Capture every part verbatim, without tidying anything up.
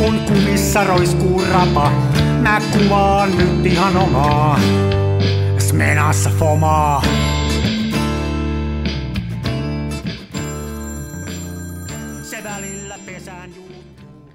kun kumissa roiskuu rapa, mä kuvaan nyt ihan omaa Smenassa fomaa. Se välillä pesään juuttuu.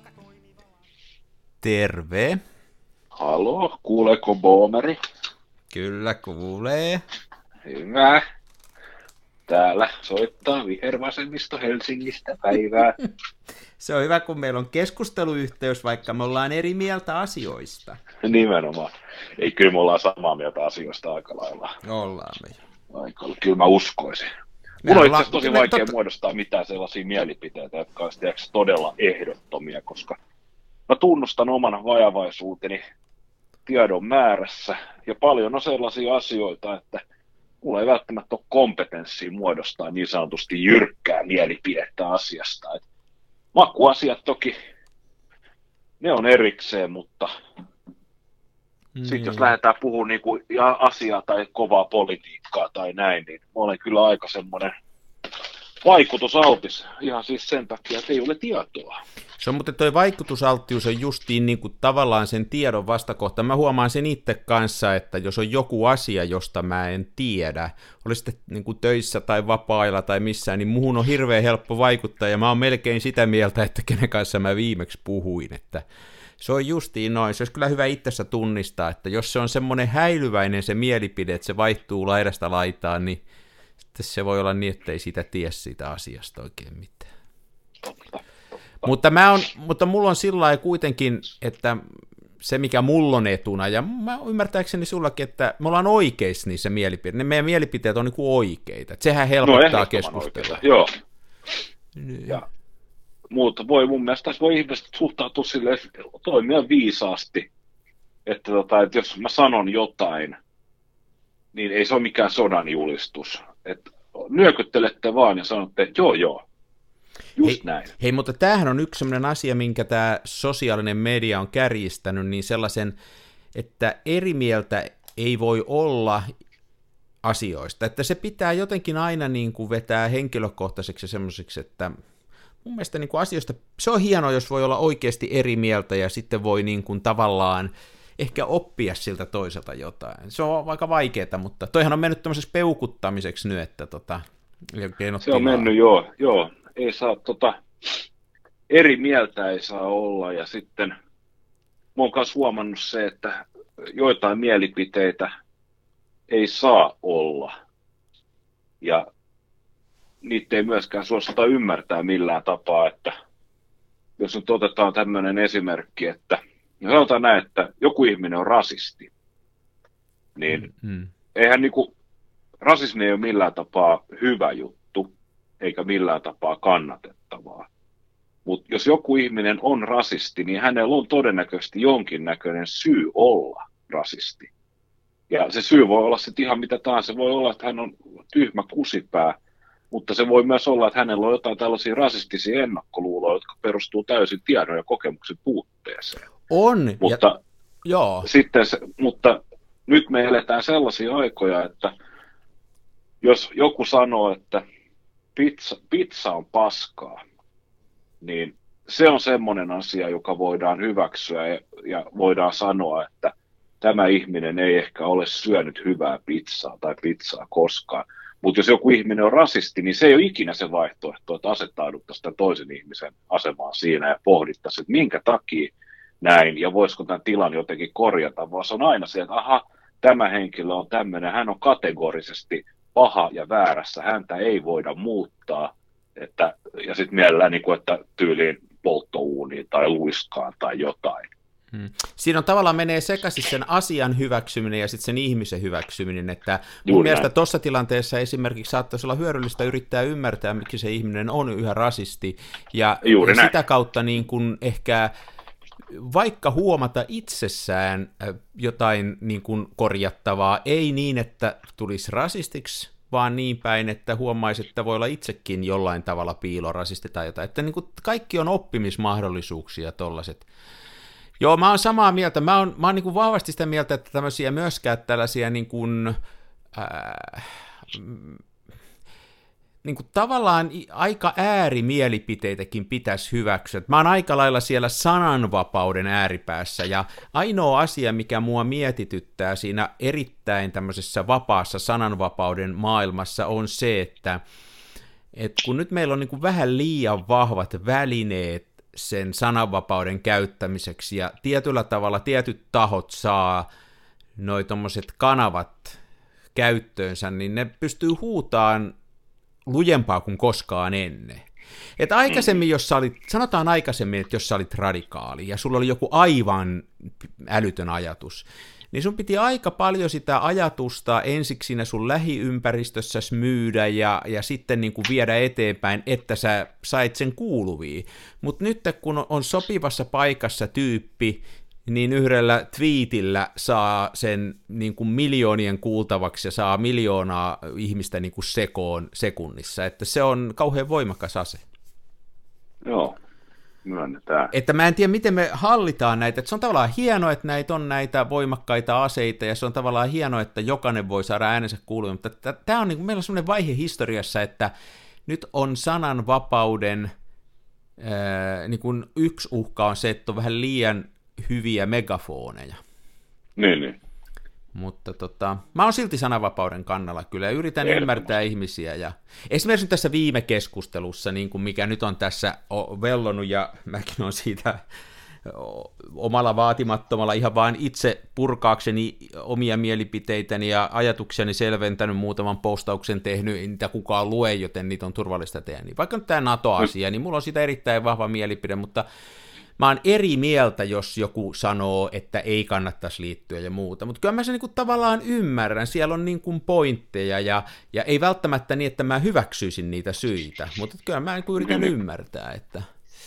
Terve. Halo, kuuleeko boomeri? Kyllä kuulee. Hyvä. Täällä soittaa vihervasemmisto Helsingistä päivää. Se on hyvä, kun meillä on keskusteluyhteys, vaikka me ollaan eri mieltä asioista. Nimenomaan. Ei, kyllä me ollaan samaa mieltä asioista aika lailla. Ollaan me. Aika, kyllä mä uskoisin. Mun on itse asiassa tosi vaikea tot... muodostaa mitään sellaisia mielipiteitä, jotka olisi todella ehdottomia, koska mä tunnustan oman vajavaisuuteni tiedon määrässä, ja paljon on sellaisia asioita, että mulla ei välttämättä ole kompetenssia muodostaa niin sanotusti jyrkkää mielipidettä asiasta. Et makuasiat toki, ne on erikseen, mutta mm. sitten jos lähdetään puhumaan niinku asiaa tai kovaa politiikkaa tai näin, niin mä olen kyllä aika semmoinen vaikutusaltis, ihan siis sen takia, että ei ole tietoa. Se on, mutta toi vaikutusalttius on justiin niin kuin tavallaan sen tiedon vastakohta. Mä huomaan sen itse kanssa, että jos on joku asia, josta mä en tiedä, oli sitten niin kuin töissä tai vapailla tai missään, niin muhun on hirveän helppo vaikuttaa, ja mä oon melkein sitä mieltä, että kenen kanssa mä viimeksi puhuin, että se on justiin noin. Se olisi kyllä hyvä itsessä tunnistaa, että jos se on semmoinen häilyväinen se mielipide, että se vaihtuu laidasta laitaan, niin sitten se voi olla niin, että ei sitä tiedä siitä asiasta oikein mitään. Mutta, mä on, mutta mulla on sillä lailla kuitenkin, että se mikä mulla on etuna, ja mä ymmärtääkseni sullakin, että me ollaan oikeissa niissä mielipiteitä. Ne meidän mielipiteet on niinku oikeita. Että sehän helpottaa no, keskustelua. Joo. Ja, mutta voi mun mielestä tässä voi ihmiset suhtautua silleen, toimia viisaasti. Että, tota, että jos mä sanon jotain, niin ei se ole mikään sodan julistus. Että nyökyttelette vaan ja sanotte, että joo joo. Just hei, näin. Hei, mutta tämähän on yksi sellainen asia, minkä tämä sosiaalinen media on kärjistänyt, niin sellaisen, että eri mieltä ei voi olla asioista. Että se pitää jotenkin aina niin kuin vetää henkilökohtaiseksi ja semmoiseksi, että mun mielestä niin kuin asioista, se on hienoa, jos voi olla oikeasti eri mieltä ja sitten voi niin kuin tavallaan ehkä oppia siltä toiselta jotain. Se on aika vaikeaa, mutta toihan on mennyt tämmöiseksi peukuttamiseksi nyt, että tota, se on mennyt, joo, joo. Ei saa, tota, eri mieltä ei saa olla, ja sitten mä oon myös huomannut se, että joitain mielipiteitä ei saa olla, ja niitä ei myöskään suostuta ymmärtää millään tapaa, että jos nyt otetaan tämmöinen esimerkki, että jos sanotaan näin, että joku ihminen on rasisti, niin mm-hmm. eihän niinku, rasismi ei ole millään tapaa hyvä juttu, eikä millään tapaa kannatettavaa. Mutta jos joku ihminen on rasisti, niin hänellä on todennäköisesti jonkinnäköinen syy olla rasisti. Ja se syy voi olla sitten ihan mitä tahansa. Se voi olla, että hän on tyhmä kusipää, mutta se voi myös olla, että hänellä on jotain tällaisia rasistisia ennakkoluuloja, jotka perustuu täysin tiedon ja kokemuksen puutteeseen. On. Mutta, ja... Joo. Sitten se, mutta nyt me eletään sellaisia aikoja, että jos joku sanoo, että Pizza, pizza on paskaa, niin se on semmoinen asia, joka voidaan hyväksyä ja, ja voidaan sanoa, että tämä ihminen ei ehkä ole syönyt hyvää pizzaa tai pizzaa koskaan. Mutta jos joku ihminen on rasisti, niin se ei ole ikinä se vaihtoehto, että asettauduttaisiin tämän toisen ihmisen asemaan siinä ja pohdittaisiin, että minkä takia näin ja voisiko tämän tilan jotenkin korjata, vaan se on aina se, että aha, tämä henkilö on tämmöinen, hän on kategorisesti paha ja väärässä, häntä ei voida muuttaa, että, ja sitten mielellään, niin kuin, että tyyliin polttouuniin tai luiskaan tai jotain. Hmm. Siinä on tavallaan menee sekaisin sen asian hyväksyminen ja sitten sen ihmisen hyväksyminen, että mun Juuri mielestä näin. Tuossa tilanteessa esimerkiksi saattaisi olla hyödyllistä yrittää ymmärtää, miksi se ihminen on yhä rasisti, ja, ja sitä kautta niin kuin ehkä vaikka huomata itsessään jotain niin kuin korjattavaa, ei niin, että tulisi rasistiksi, vaan niin päin, että huomaisi, että voi olla itsekin jollain tavalla piilorasisti tai jotain. Että niin kuin kaikki on oppimismahdollisuuksia tollaiset. Joo, mä oon samaa mieltä. Mä oon, mä oon niin kuin vahvasti sitä mieltä, että tämmöisiä myöskään tällaisia niin kuin, ää, niin kuin tavallaan aika äärimielipiteitäkin pitäisi hyväksyä. Mä oon aika lailla siellä sananvapauden ääripäässä, ja ainoa asia, mikä mua mietityttää siinä erittäin tämmöisessä vapaassa sananvapauden maailmassa, on se, että, että kun nyt meillä on niin kuin vähän liian vahvat välineet sen sananvapauden käyttämiseksi, ja tietyllä tavalla tietyt tahot saa noi tommoset kanavat käyttöönsä, niin ne pystyy huutaan lujempaa kuin koskaan ennen. Et aikaisemmin, jos sä olit, sanotaan aikaisemmin, että jos sä olit radikaali ja sulla oli joku aivan älytön ajatus, niin sun piti aika paljon sitä ajatusta ensiksi siinä sun lähiympäristössä myydä ja, ja sitten niin kuin viedä eteenpäin, että sä sait sen kuuluviin. Mutta nyt kun on sopivassa paikassa tyyppi, niin yhdellä twiitillä saa sen niin kuin miljoonien kuultavaksi ja saa miljoonaa ihmistä niin kuin sekoon sekunnissa, että se on kauhean voimakas ase. Joo, myönnetään. Että mä en tiedä, miten me hallitaan näitä, että se on tavallaan hienoa, että näitä on näitä voimakkaita aseita, ja se on tavallaan hienoa, että jokainen voi saada äänensä kuuluviin, mutta tämä on niin kuin, meillä on sellainen vaihe historiassa, että nyt on sananvapauden, ää, niin kuin yksi uhka on se, että on vähän liian hyviä megafoneja. Niin, niin. Mutta tota, mä oon silti sananvapauden kannalla kyllä, ja yritän ymmärtää ihmisiä. Ja esimerkiksi tässä viime keskustelussa, niin kuin mikä nyt on tässä vellonut, ja mäkin olen siitä omalla vaatimattomalla ihan vaan itse purkaakseni omia mielipiteitäni ja ajatuksiani selventänyt, muutaman postauksen tehnyt, ei niitä kukaan lue, joten niitä on turvallista tehdä. Niin vaikka nyt tämä NATO-asia, niin mulla on siitä erittäin vahva mielipide, mutta mä oon eri mieltä, jos joku sanoo, että ei kannattaisi liittyä ja muuta, mutta kyllä mä sen niin kuin tavallaan ymmärrän, siellä on niin kuin pointteja, ja, ja ei välttämättä niin, että mä hyväksyisin niitä syitä, mutta kyllä mä niin kuin yritän ymmärtää, että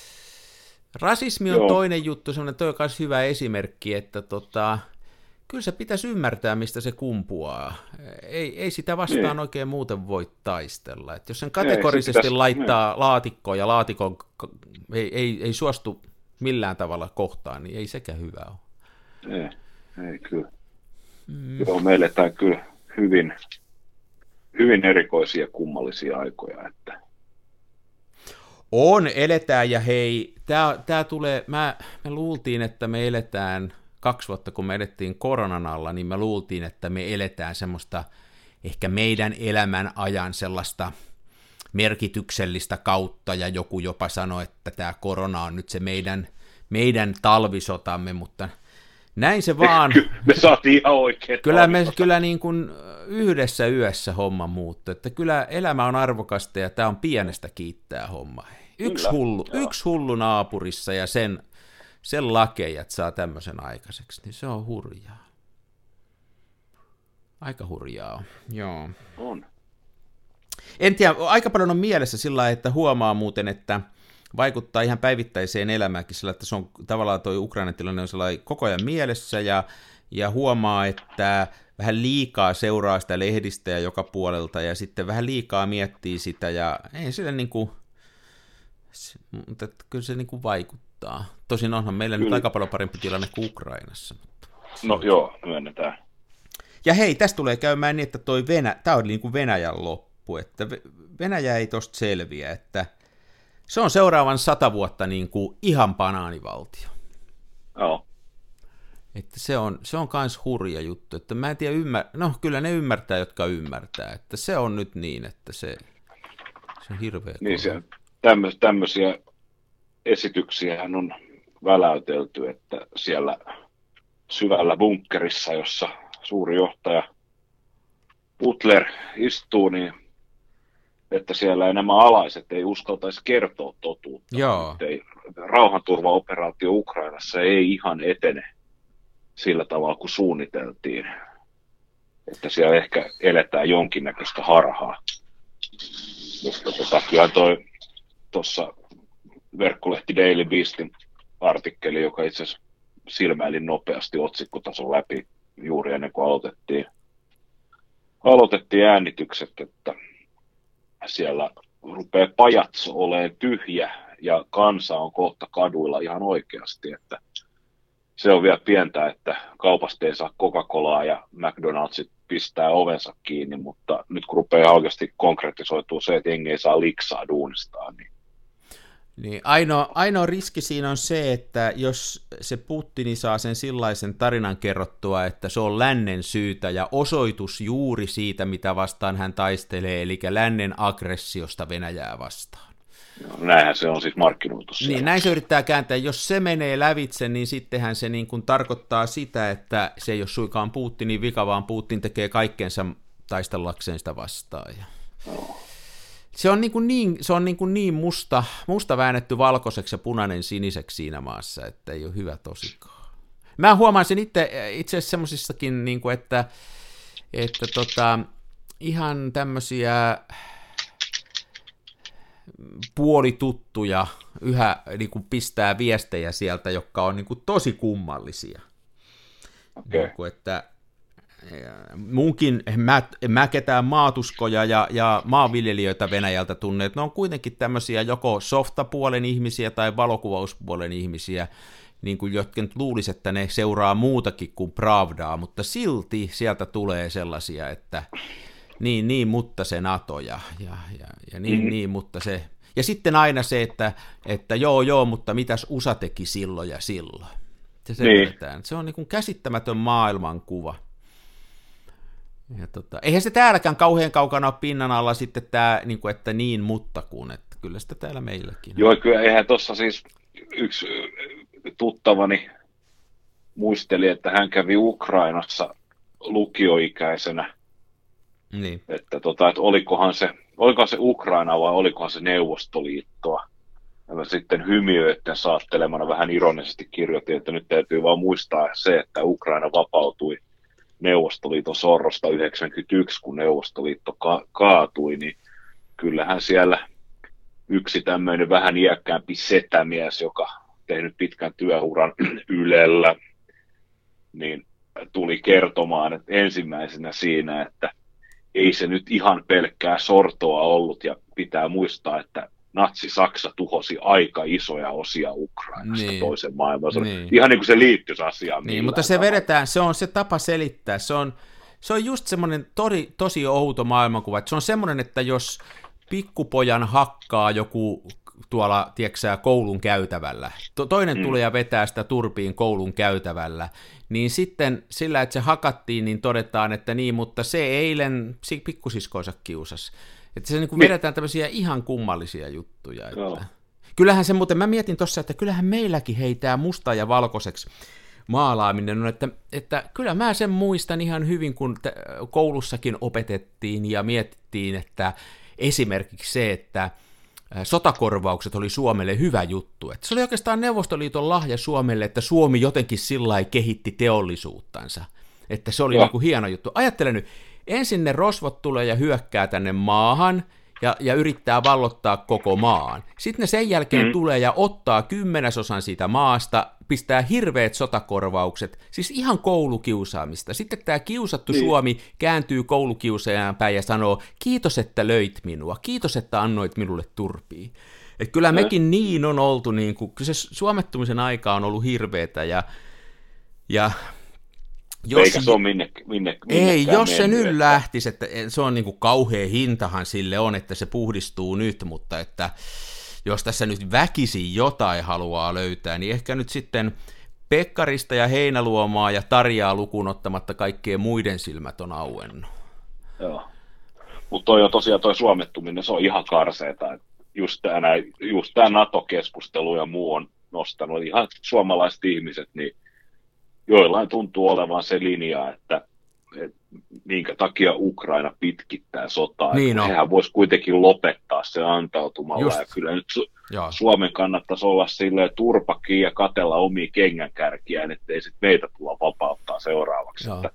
rasismi on Joo. toinen juttu, semmoinen toi on myös hyvä esimerkki, että tota, kyllä se pitäisi ymmärtää, mistä se kumpuaa. Ei, ei sitä vastaan niin. oikein muuten voi taistella. Et jos sen kategorisesti ei, se pitäisi, laittaa niin. laatikkoon ja laatikon ei, ei, ei suostu millään tavalla kohtaan, niin ei sekään hyvä ole. Ei, ei kyllä. Mm. Joo, me eletään kyllä hyvin, hyvin erikoisia ja kummallisia aikoja. Että on, eletään, ja hei, tää, tää tulee, mä, me luultiin, että me eletään kaksi vuotta, kun me elettiin koronan alla, niin me luultiin, että me eletään semmoista ehkä meidän elämän ajan sellaista merkityksellistä kautta, ja joku jopa sanoi, että tämä korona on nyt se meidän, meidän talvisotamme, mutta näin se vaan. Me saatiin ihan oikein. Kyllä me kyllä niin kuin yhdessä yössä homma muuttui, että kyllä elämä on arvokasta, ja tämä on pienestä kiittää homma. Yksi hullu, yksi hullu naapurissa ja sen, sen lakejat saa tämmöisen aikaiseksi, niin se on hurjaa. Aika hurjaa, joo. On. En tiedä, aika paljon on mielessä sillä lailla, että huomaa muuten, että vaikuttaa ihan päivittäiseen elämäänkin sillä, että se on tavallaan toi Ukrainan tilanne on sellainen koko ajan mielessä, ja, ja huomaa, että vähän liikaa seuraa sitä lehdistä ja joka puolelta, ja sitten vähän liikaa miettii sitä, ja ei sille niin kuin, mutta kyllä se niin kuin vaikuttaa. Tosin onhan meillä kyllä nyt aika paljon parempi tilanne kuin Ukrainassa. Mutta no joo, myönnetään. Ja hei, tästä tulee käymään niin, että toi Venä, tämä on niin kuin Venäjän loppu, että Venäjä ei tosta selviä, että se on seuraavan sata vuotta niin kuin ihan banaanivaltio. Joo. Että se on, se on kans hurja juttu, että mä en tiedä, ymmär... no kyllä ne ymmärtää, jotka ymmärtää, että se on nyt niin, että se, se on hirveä. Niin se, tämmöisiä, tämmöisiä esityksiähän on väläytelty, että siellä syvällä bunkkerissa, jossa suuri johtaja Butler istuu, niin että siellä nämä alaiset ei uskaltaisi kertoa totuutta. Joo. Ei, rauhanturvaoperaatio Ukrainassa ei ihan etene sillä tavalla kuin suunniteltiin. Että siellä ehkä eletään jonkinnäköistä harhaa. Mutta tota, kyllä toi tuossa verkkolehti Daily Beastin artikkeli, joka itse asiassa silmäilin nopeasti otsikkotason läpi juuri ennen kuin aloitettiin, aloitettiin äänitykset, että siellä rupeaa pajatso olemaan tyhjä ja kansa on kohta kaduilla ihan oikeasti, että se on vielä pientä, että kaupasta ei saa Coca-Colaa ja McDonald'sit pistää ovensa kiinni, mutta nyt kun rupeaa oikeasti konkretisoituu se, että jengi ei saa liksaa duunistaan, niin Niin, ainoa, ainoa riski siinä on se, että jos se Putin saa sen sellaisen tarinan kerrottua, että se on lännen syytä ja osoitus juuri siitä, mitä vastaan hän taistelee, eli lännen aggressiosta Venäjää vastaan. No, näinhän se on siis markkinoitu. Niin, näin se yrittää kääntää. Jos se menee lävitse, niin sittenhän se niin kuin tarkoittaa sitä, että se ei ole suinkaan Putinin vika, vaan Putin tekee kaikkensa taistellakseen sitä vastaan. No. Se on niin, kuin niin, se on niin, kuin niin musta, musta väännetty valkoiseksi ja punainen siniseksi siinä maassa, että ei ole hyvä tosikaan. Mä huomaan sen itse, itse asiassa semmoisissakin, niin kuin että, että tota, ihan tämmöisiä puolituttuja yhä niin kuin pistää viestejä sieltä, jotka on niin kuin tosi kummallisia. Okay. Niin kuin, että munkin, mä, mä ketään maatuskoja ja, ja maanviljelijöitä Venäjältä tunne, että ne on kuitenkin tämmöisiä joko softapuolen ihmisiä tai valokuvauspuolen ihmisiä, niin kuin jotka nyt luulisi, että ne seuraa muutakin kuin Pravdaa, mutta silti sieltä tulee sellaisia, että niin, niin, mutta se NATO ja, ja, ja, ja niin, mm-hmm. niin, mutta se, ja sitten aina se, että, että joo, joo, mutta mitäs U S A teki silloin ja silloin. Se, niin. se on niin kuin käsittämätön maailmankuva. Ja tota, eihän se täälläkään kauhean kaukana ole pinnan alla sitten tämä, niin kuin, että niin, mutta kun, että kyllä sitä täällä meilläkin on. Joo, kyllä eihän tuossa siis yksi tuttavani muisteli, että hän kävi Ukrainassa lukioikäisenä, niin. että, tota, että olikohan, se, olikohan se Ukraina vai olikohan se Neuvostoliittoa. Ja mä sitten hymiöiden saattelemana vähän ironisesti kirjoitin, että nyt täytyy vaan muistaa se, että Ukraina vapautui Neuvostoliiton sorrosta yhdeksänkymmentäyksi, kun Neuvostoliitto ka- kaatui, niin kyllähän siellä yksi tämmöinen vähän iäkkäämpi setämies, joka tehnyt pitkän työuran Ylellä, niin tuli kertomaan että ensimmäisenä siinä, että ei se nyt ihan pelkkää sortoa ollut, ja pitää muistaa, että Natsi-Saksa tuhosi aika isoja osia Ukrainasta niin. toisen maailmansodan. Niin. Ihan niin kuin se liittyisi asiaan. Niin, mutta se tavalla. vedetään, se on se tapa selittää. Se on, se on just semmoinen tori, tosi outo maailmankuva. Se on semmoinen, että jos pikkupojan hakkaa joku tuolla, tiedätkö, koulun käytävällä, to, toinen mm. tulee ja vetää sitä turpiin koulun käytävällä, niin sitten sillä, että se hakattiin, niin todetaan, että niin, mutta se eilen pikkusiskoisa kiusasi. Että se niin kuin vedetään tämmöisiä ihan kummallisia juttuja. Että. Kyllähän se muuten, mä mietin tuossa, että kyllähän meilläkin heitää musta ja valkoiseksi maalaaminen on, että, että kyllä mä sen muistan ihan hyvin, kun t- koulussakin opetettiin ja mietittiin, että esimerkiksi se, että sotakorvaukset oli Suomelle hyvä juttu. Että se oli oikeastaan Neuvostoliiton lahja Suomelle, että Suomi jotenkin sillä lailla kehitti teollisuuttansa. Että se oli niin kuin hieno juttu. Ajattele nyt, ensin ne rosvot tulee ja hyökkää tänne maahan ja, ja yrittää vallottaa koko maan. Sitten ne sen jälkeen mm. tulee ja ottaa kymmenesosan siitä maasta, pistää hirveät sotakorvaukset, siis ihan koulukiusaamista. Sitten tämä kiusattu niin. Suomi kääntyy koulukiusaajan päin ja sanoo, kiitos, että löit minua, kiitos, että annoit minulle turpiin. Että kyllä mekin niin on oltu, niin kuin, kyllä se suomettumisen aika on ollut hirveätä ja... ja Jos, Eikä se ole minne, minne, ei, jos se nyt lähtisi, että se on niin kuin kauhea hintahan sille on, että se puhdistuu nyt, mutta että jos tässä nyt väkisin jotain haluaa löytää, niin ehkä nyt sitten Pekkarista ja Heinäluomaa ja Tarjaa lukuun ottamatta kaikkien muiden silmät on auennut. Joo, mutta toi on tosiaan toi suomettuminen, se on ihan karseeta. Just tämä just NATO-keskustelu ja muu on nostanut ihan suomalaiset ihmiset, niin joillain tuntuu olevan se linja, että, että minkä takia Ukraina pitkittää sotaa. Niin hehän voisi kuitenkin lopettaa se antautumalla. Just. Ja kyllä nyt Su- Suomen kannattaisi olla silleen turpakin ja katella omia kengänkärkiään, ettei sitten meitä tulla vapauttaa seuraavaksi. Että,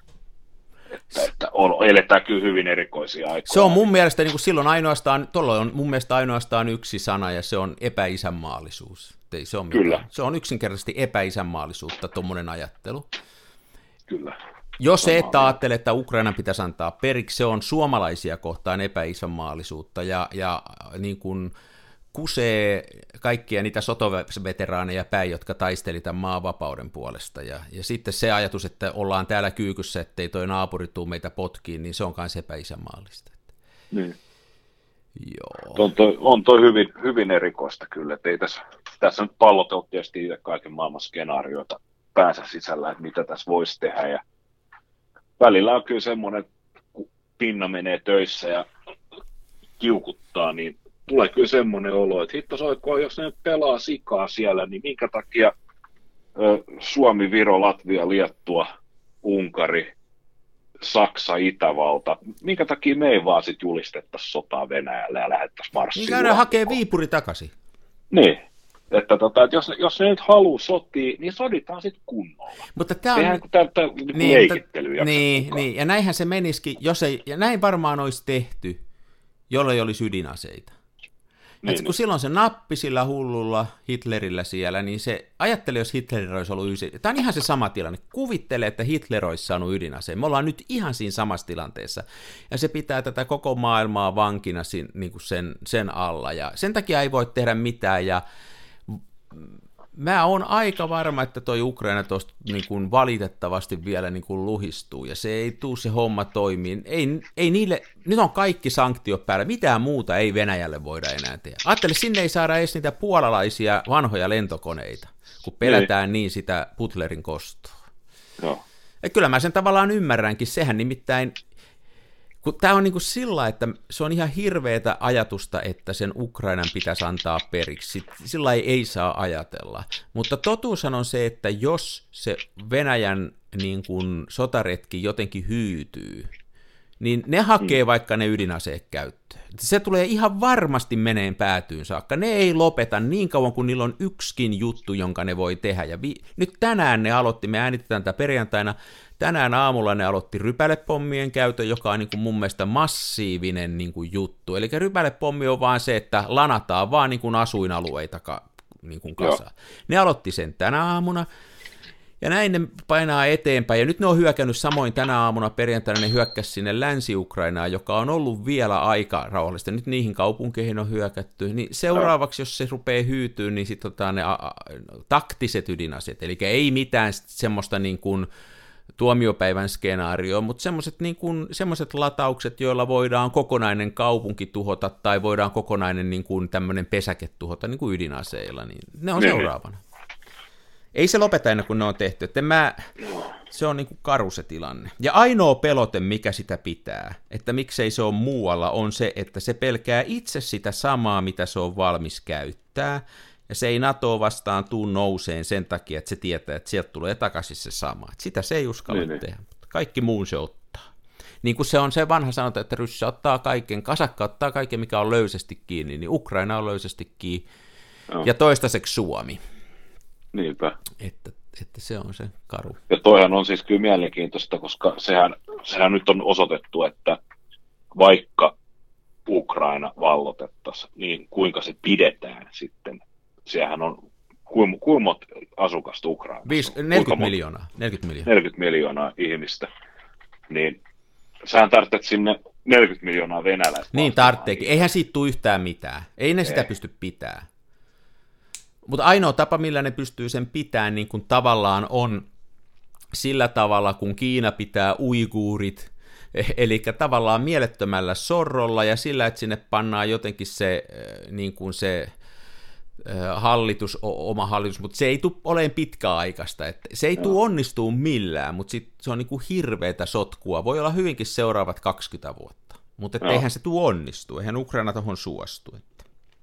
että, että on, eletään kyllä hyvin erikoisia aikoja. Se on mun mielestä niin kuin silloin ainoastaan, tuolla on mun mielestä ainoastaan yksi sana, ja se on epäisänmaallisuus. Ei, se, on Kyllä. se on yksinkertaisesti epäisänmaallisuutta, tuommoinen ajattelu. Kyllä. Jos se, että ajattelee, että Ukrainan pitäisi antaa periksi, se on suomalaisia kohtaan epäisänmaallisuutta, ja, ja niin kuin kusee kaikkia niitä sotoveteraaneja päin, jotka taisteli tämän maan vapauden puolesta. Ja, ja sitten se ajatus, että ollaan täällä kyykyssä, ettei toi naapuri tuu meitä potkiin, niin se on myös epäisämaallista. Niin. Joo. On toi, on toi hyvin, hyvin erikoista kyllä, että ei tässä, tässä nyt palloteltu tietysti itse kaiken maailman skenaarioita päänsä sisällä, että mitä tässä voisi tehdä. Ja välillä on kyllä semmoinen, kun pinna menee töissä ja kiukuttaa, niin tulee kyllä semmoinen olo, että hitto soikkoon, jos ne nyt pelaa sikaa siellä, niin minkä takia ö, Suomi, Viro, Latvia, Liettua, Unkari, Saksa, Itävalta, minkä takia me ei vaan sitten julistettaisiin sotaa Venäjälle ja lähdettäisiin marssiin? Niin käydään hakee Viipuri takaisin. Niin, että, tota, että jos, jos ne nyt haluaa sotia, niin soditaan sitten kunnolla. Mutta tämä on Eihän tätä niin, niin, leikittelyä. Niin, niin, ja näinhän se menisikin, jos ei, ja näin varmaan olisi tehty, jollei olisi ydinaseita. Niin, kun niin. Silloin se nappi sillä hullulla Hitlerillä siellä, niin se ajatteli, jos Hitler olisi ollut ydinase. Tämä on ihan se sama tilanne. Kuvittele, että Hitler olisi saanut ydinaseen. Me ollaan nyt ihan siinä samassa tilanteessa. Ja se pitää tätä koko maailmaa vankina niin kuin sen, sen alla. Ja sen takia ei voi tehdä mitään. Ja mä oon aika varma, että toi Ukraina tuosta niin kuin valitettavasti vielä niin kuin luhistuu, ja se ei tuu se homma toimiin. Ei, ei niille, nyt on kaikki sanktiot päällä, mitään muuta ei Venäjälle voida enää tehdä. Ajattele, sinne ei saada edes niitä puolalaisia vanhoja lentokoneita, kun pelätään niin sitä Butlerin kostoa. Joo. Ja kyllä mä sen tavallaan ymmärränkin, sehän nimittäin, kun tämä on niin kuin sillä, että se on ihan hirveätä ajatusta, että sen Ukrainan pitäisi antaa periksi. Sillä ei, ei saa ajatella. Mutta totuushan on se, että jos se Venäjän niin kuin sotaretki jotenkin hyytyy, niin ne hakee mm. vaikka ne ydinaseet käyttöön. Se tulee ihan varmasti meneen päätyyn saakka. Ne ei lopeta niin kauan, kun niillä on yksikin juttu, jonka ne voi tehdä. Ja vi- nyt tänään ne aloitti, me äänitetään tätä perjantaina, tänään aamulla ne aloitti rypälepommien käytön, joka on niin kuin mun mielestä massiivinen niin kuin juttu. Eli rypälepommi on vaan se, että lanataan vaan niin kuin asuinalueita ka- niin kuin kasaan. Ne aloitti sen tänä aamuna. Ja näin ne painaa eteenpäin, ja nyt ne on hyökännyt samoin tänä aamuna perjantaina, ne hyökkäsi sinne Länsi-Ukrainaan, joka on ollut vielä aika rauhallista. Nyt niihin kaupunkeihin on hyökätty, niin seuraavaksi, jos se rupeaa hyytyä, niin sitten otetaan ne a- a- taktiset ydinaseet, eli ei mitään semmoista niin kuin tuomiopäivän skenaarioa, mutta semmoiset niin kuin, semmoiset lataukset, joilla voidaan kokonainen kaupunki tuhota, tai voidaan kokonainen niin kuin tämmöinen pesäke tuhota niin kuin ydinaseilla, niin ne on seuraavana. Ei se lopeta ennen kuin ne on tehty, että mä, se on niin kuin karu se tilanne. Ja ainoa pelote, mikä sitä pitää, että miksei se on muualla, on se, että se pelkää itse sitä samaa, mitä se on valmis käyttää, ja se ei NATOa vastaan tuu nouseen sen takia, että se tietää, että sieltä tulee takaisin se sama. Että sitä se ei uskalla niin, tehdä, mutta kaikki muun se ottaa. Niin kuin se on se vanha sanota, että ryssä ottaa kaiken, kasakka ottaa kaiken, mikä on löysästi kiinni, niin Ukraina on löysästi kiinni, no. Ja toistaiseksi Suomi. Niinpä. Että, että se on se karu. Ja toihan on siis kyllä mielenkiintoista, koska sehän, sehän nyt on osoitettu, että vaikka Ukraina vallotettaisiin, niin kuinka se pidetään sitten. Sehän on kuinka kuinka asukasta Ukrainassa. neljäkymmentä miljoonaa. neljäkymmentä miljoonaa. neljäkymmentä miljoonaa ihmistä. Niin sähän tarvitset sinne neljäkymmentä miljoonaa venäläistä. Niin tarvitseekin. Eihän siitä tule yhtään mitään. Ei ne Ei. sitä pysty pitämään. Mutta ainoa tapa, millä ne pystyy sen pitämään, niin kuin tavallaan on sillä tavalla, kun Kiina pitää uiguurit, eli tavallaan mielettömällä sorrolla ja sillä, että sinne pannaan jotenkin se, niin kuin se hallitus, oma hallitus, mutta se ei tule olemaan pitkäaikaista. Että se ei no. tule onnistuu millään, mutta sit se on niin kuin hirveätä sotkua. Voi olla hyvinkin seuraavat kaksikymmentä vuotta, mutta no. eihän se tule onnistua, eihän Ukraina tuohon suostu. Että.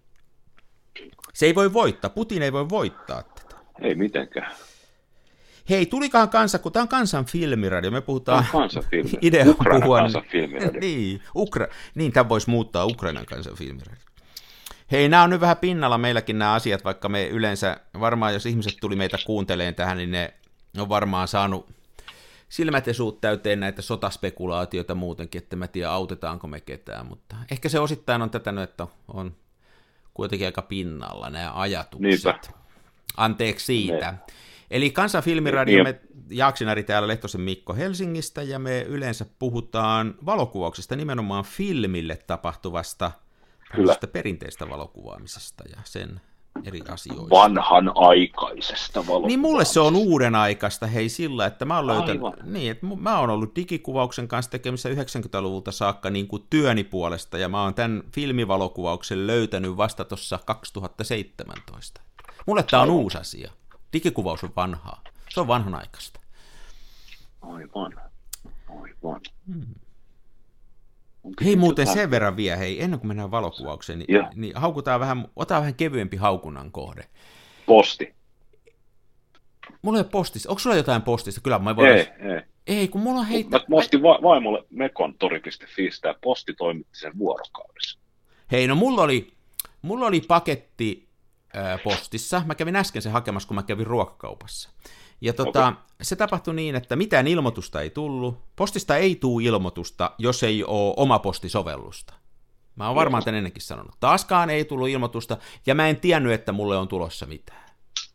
Se ei voi voittaa, Putin ei voi voittaa tätä. Ei mitenkään. Hei, tulikahan kansa, kun tämä on kansan filmiradio, me puhutaan idea puhua. Kansan filmiradio. Niin, Ukra- niin, tämän voisi muuttaa Ukrainan kansan filmiradio. Hei, nämä on nyt vähän pinnalla meilläkin nämä asiat, vaikka me yleensä, varmaan jos ihmiset tuli meitä kuuntelemaan tähän, niin ne on varmaan saanut silmät ja suut täyteen näitä sotaspekulaatioita muutenkin, että mä tiedän, autetaanko me ketään, mutta ehkä se osittain on tätä nyt, että on kuitenkin aika pinnalla nämä ajatukset. Niinpä. Anteeksi siitä. Ne. Eli Kansan filmiradio, me Jaaksinari täällä, Lehtosen Mikko Helsingistä, ja me yleensä puhutaan valokuvauksesta, nimenomaan filmille tapahtuvasta tämmöisestä perinteistä valokuvaamisesta ja sen eri asioista. Vanhan aikaisesta valokuvaamisesta. Niin mulle se on uuden aikaista, hei sillä, että mä oon löytänyt, niin, että mä oon ollut digikuvauksen kanssa tekemissä yhdeksänkymmentäluvulta saakka niin kuin työni puolesta, ja mä oon tämän filmivalokuvauksen löytänyt vasta tuossa kaksituhattaseitsemäntoista. Mulle tää on uusi asia. Digikuvaus on vanhaa. Se on vanhanaikaista. Aivan. Aivan. Hmm. Hei muuten sen verran vielä, hei, ennen kuin mennään valokuvaukseen, niin, niin haukutaan vähän, otetaan vähän kevyempi haukunnan kohde. Posti. Mulla ei ole postista. Onko sulla jotain postista? Kyllä mä voin... Ei, ei. Ei, kun mulla on heitä... Mä ostin va- vaimolle mekontori piste fi ja posti toimitti sen vuorokaudessa. Hei, no mulla oli, mulla oli paketti ää, postissa. Mä kävin äsken sen hakemassa, kun mä kävin ruokakaupassa. Ja tota, okay. Se tapahtui niin, että mitään ilmoitusta ei tullut. Postista ei tule ilmoitusta, jos ei ole oma postisovellusta. Mä oon varmaan tämän ennenkin sanonut. Taaskaan ei tullut ilmoitusta, ja mä en tiennyt, että mulle on tulossa mitään.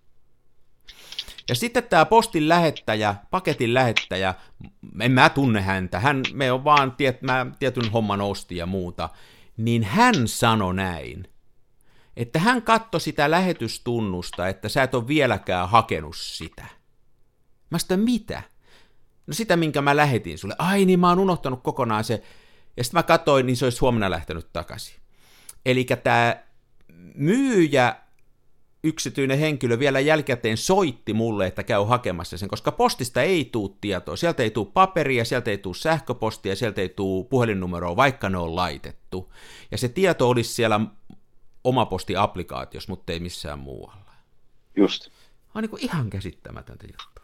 Ja sitten tämä postin lähettäjä, paketin lähettäjä, en mä tunne häntä, hän, me on vaan tiet, mä tietyn homman osti ja muuta, niin hän sanoi näin, että hän katsoi sitä lähetystunnusta, että sä et ole vieläkään hakenut sitä. Mä sitä mitä? No sitä, minkä mä lähetin sulle. Ai niin, mä oon unohtanut kokonaan se. Ja sitten mä katsoin, niin se olisi huomenna lähtenyt takaisin. Eli tämä myyjä, yksityinen henkilö vielä jälkikäteen soitti mulle, että käy hakemassa sen, koska postista ei tule tietoa. Sieltä ei tule paperia, sieltä ei tule sähköpostia, sieltä ei tule puhelinnumeroa, vaikka ne on laitettu. Ja se tieto olisi siellä omaposti-applikaatiossa, mutta ei missään muualla. Just. On niin kuin ihan käsittämätöntä juttua.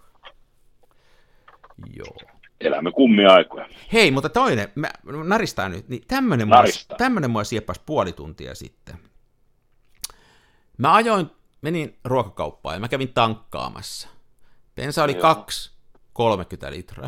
Joo. Elämme kummia aikoja. Hei, mutta toinen, mä naristaan nyt, niin tämmönen mua, tämmönen mua sieppasi puoli tuntia sitten. Mä ajoin, menin ruokakauppaan ja mä kävin tankkaamassa. Bensa oli kaksi kolmekymmentä litraa.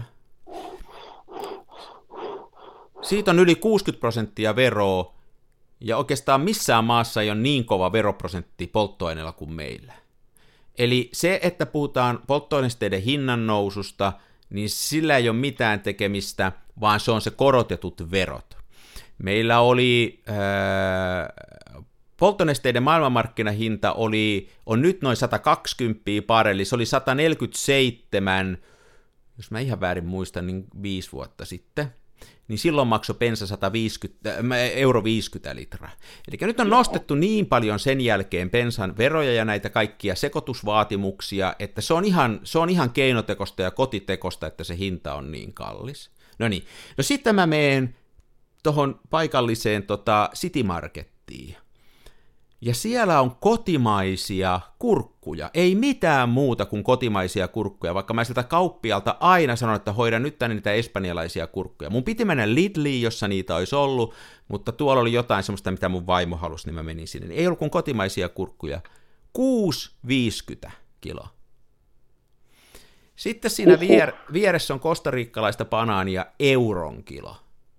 Siitä on yli kuusikymmentä prosenttia veroa, ja oikeastaan missään maassa ei ole niin kova veroprosentti polttoaineella kuin meillä. Eli se, että puhutaan polttoainesteiden hinnan noususta, niin sillä ei ole mitään tekemistä, vaan se on se korotetut verot. Meillä oli ää, polttonesteiden maailmanmarkkinahinta oli, on nyt noin sata kaksikymmentä barreli, se oli sata neljäkymmentäseitsemän, jos mä ihan väärin muistan, niin viisi vuotta sitten, niin silloin maksoi bensa sata viisikymmentä, euro viisikymmentä litraa. Eli nyt on nostettu niin paljon sen jälkeen bensan veroja ja näitä kaikkia sekoitusvaatimuksia, että se on ihan, se on ihan keinotekosta ja kotitekosta, että se hinta on niin kallis. No niin, no sitten mä menen tuohon paikalliseen tota, City Markettiin. Ja siellä on kotimaisia kurkkuja, ei mitään muuta kuin kotimaisia kurkkuja, vaikka mä siltä kauppialta aina sanon, että hoidan nyt tänne niitä espanjalaisia kurkkuja. Mun piti mennä Lidliin, jossa niitä olisi ollut, mutta tuolla oli jotain semmoista, mitä mun vaimo halusi, niin mä menin sinne. Ei ollut kuin kotimaisia kurkkuja. kuusi viisikymmentä kiloa. Sitten siinä vier- vieressä on kostariikkalaista banaania euron kilo.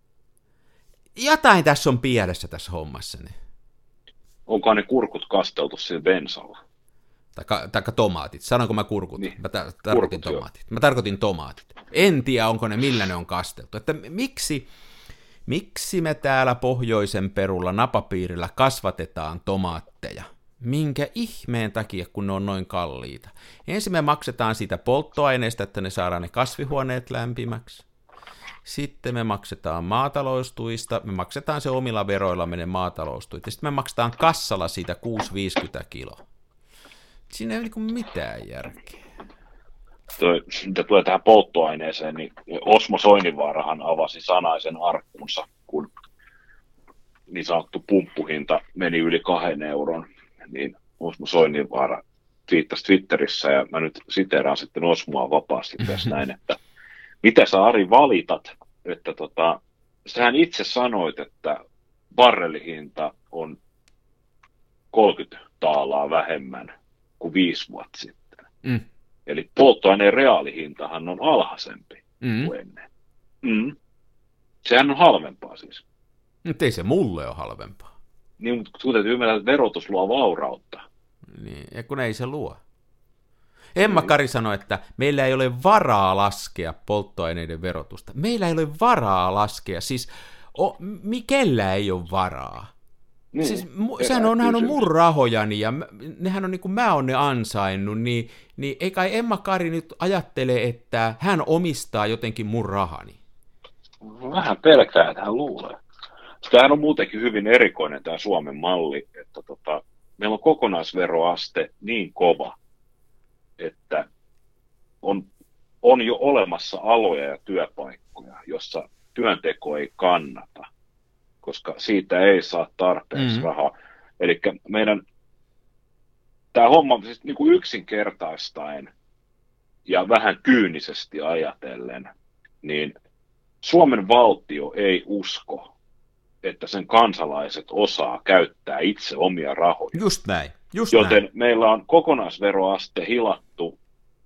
Jotain tässä on pielessä tässä hommassa. Onko ne kurkut kasteltu sillä bensalla? Tai, tai tomaatit. Sanonko mä kurkut? Niin. Mä tar- tarkoitin kurkut, tomaatit. Joo. Mä tarkoitin tomaatit. En tiedä, onko ne, millä ne on kasteltu. Että miksi, miksi me täällä pohjoisen perulla napapiirillä kasvatetaan tomaatteja? Minkä ihmeen takia, kun ne on noin kalliita? Ensin me maksetaan siitä polttoaineesta, että ne saadaan ne kasvihuoneet lämpimäksi. Sitten me maksetaan maataloustuista, me maksetaan se omilla veroilla ne maataloustuit, ja sitten me maksetaan kassalla siitä kuusi viisikymmentä kiloa. Siinä ei ole niin mitään järkeä. Toi, mitä tulee tähän polttoaineeseen, niin Osmo Soininvaarahan avasi sanaisen arkkunsa, kun niin sanottu pumppuhinta meni yli kahden euron, niin Osmo Soininvaara twiittasi Twitterissä, ja mä nyt siteeraan sitten Osmoa vapaasti tässä näin, että mitä sä Ari valitat, että tota, sähän itse sanoit, että barrelihinta on kolmekymmentä taalaa vähemmän kuin viisi vuotta sitten. Mm. Eli polttoaineen reaalihintahan on alhaisempi mm. kuin ennen. Mm. Sehän on halvempaa siis. Mutta ei se mulle ole halvempaa. Niin, mutta kun täytyy ymmärtää, että verotus luo vaurautta. Niin, ja kun ei se luo. Emma Kari sanoi, että meillä ei ole varaa laskea polttoaineiden verotusta. Meillä ei ole varaa laskea, siis o, mikellä ei ole varaa. Niin, siis sehän on, nehän on mun rahojani ja nehän on niin kuin mä oon ne ansainnut, niin, niin ei kai Emma Kari nyt ajattele, että hän omistaa jotenkin mun rahani? Vähän pelkää, että hän luulee. Tämähän on muutenkin hyvin erikoinen tämä Suomen malli, että tota, meillä on kokonaisveroaste niin kova, että on, on jo olemassa aloja ja työpaikkoja, jossa työnteko ei kannata, koska siitä ei saa tarpeeksi mm. rahaa. Eli meidän tämä homma siis niin kuin yksinkertaistaen ja vähän kyynisesti ajatellen, niin Suomen valtio ei usko, että sen kansalaiset osaa käyttää itse omia rahoja. Just näin. Just Joten näin. meillä on kokonaisveroaste hilattu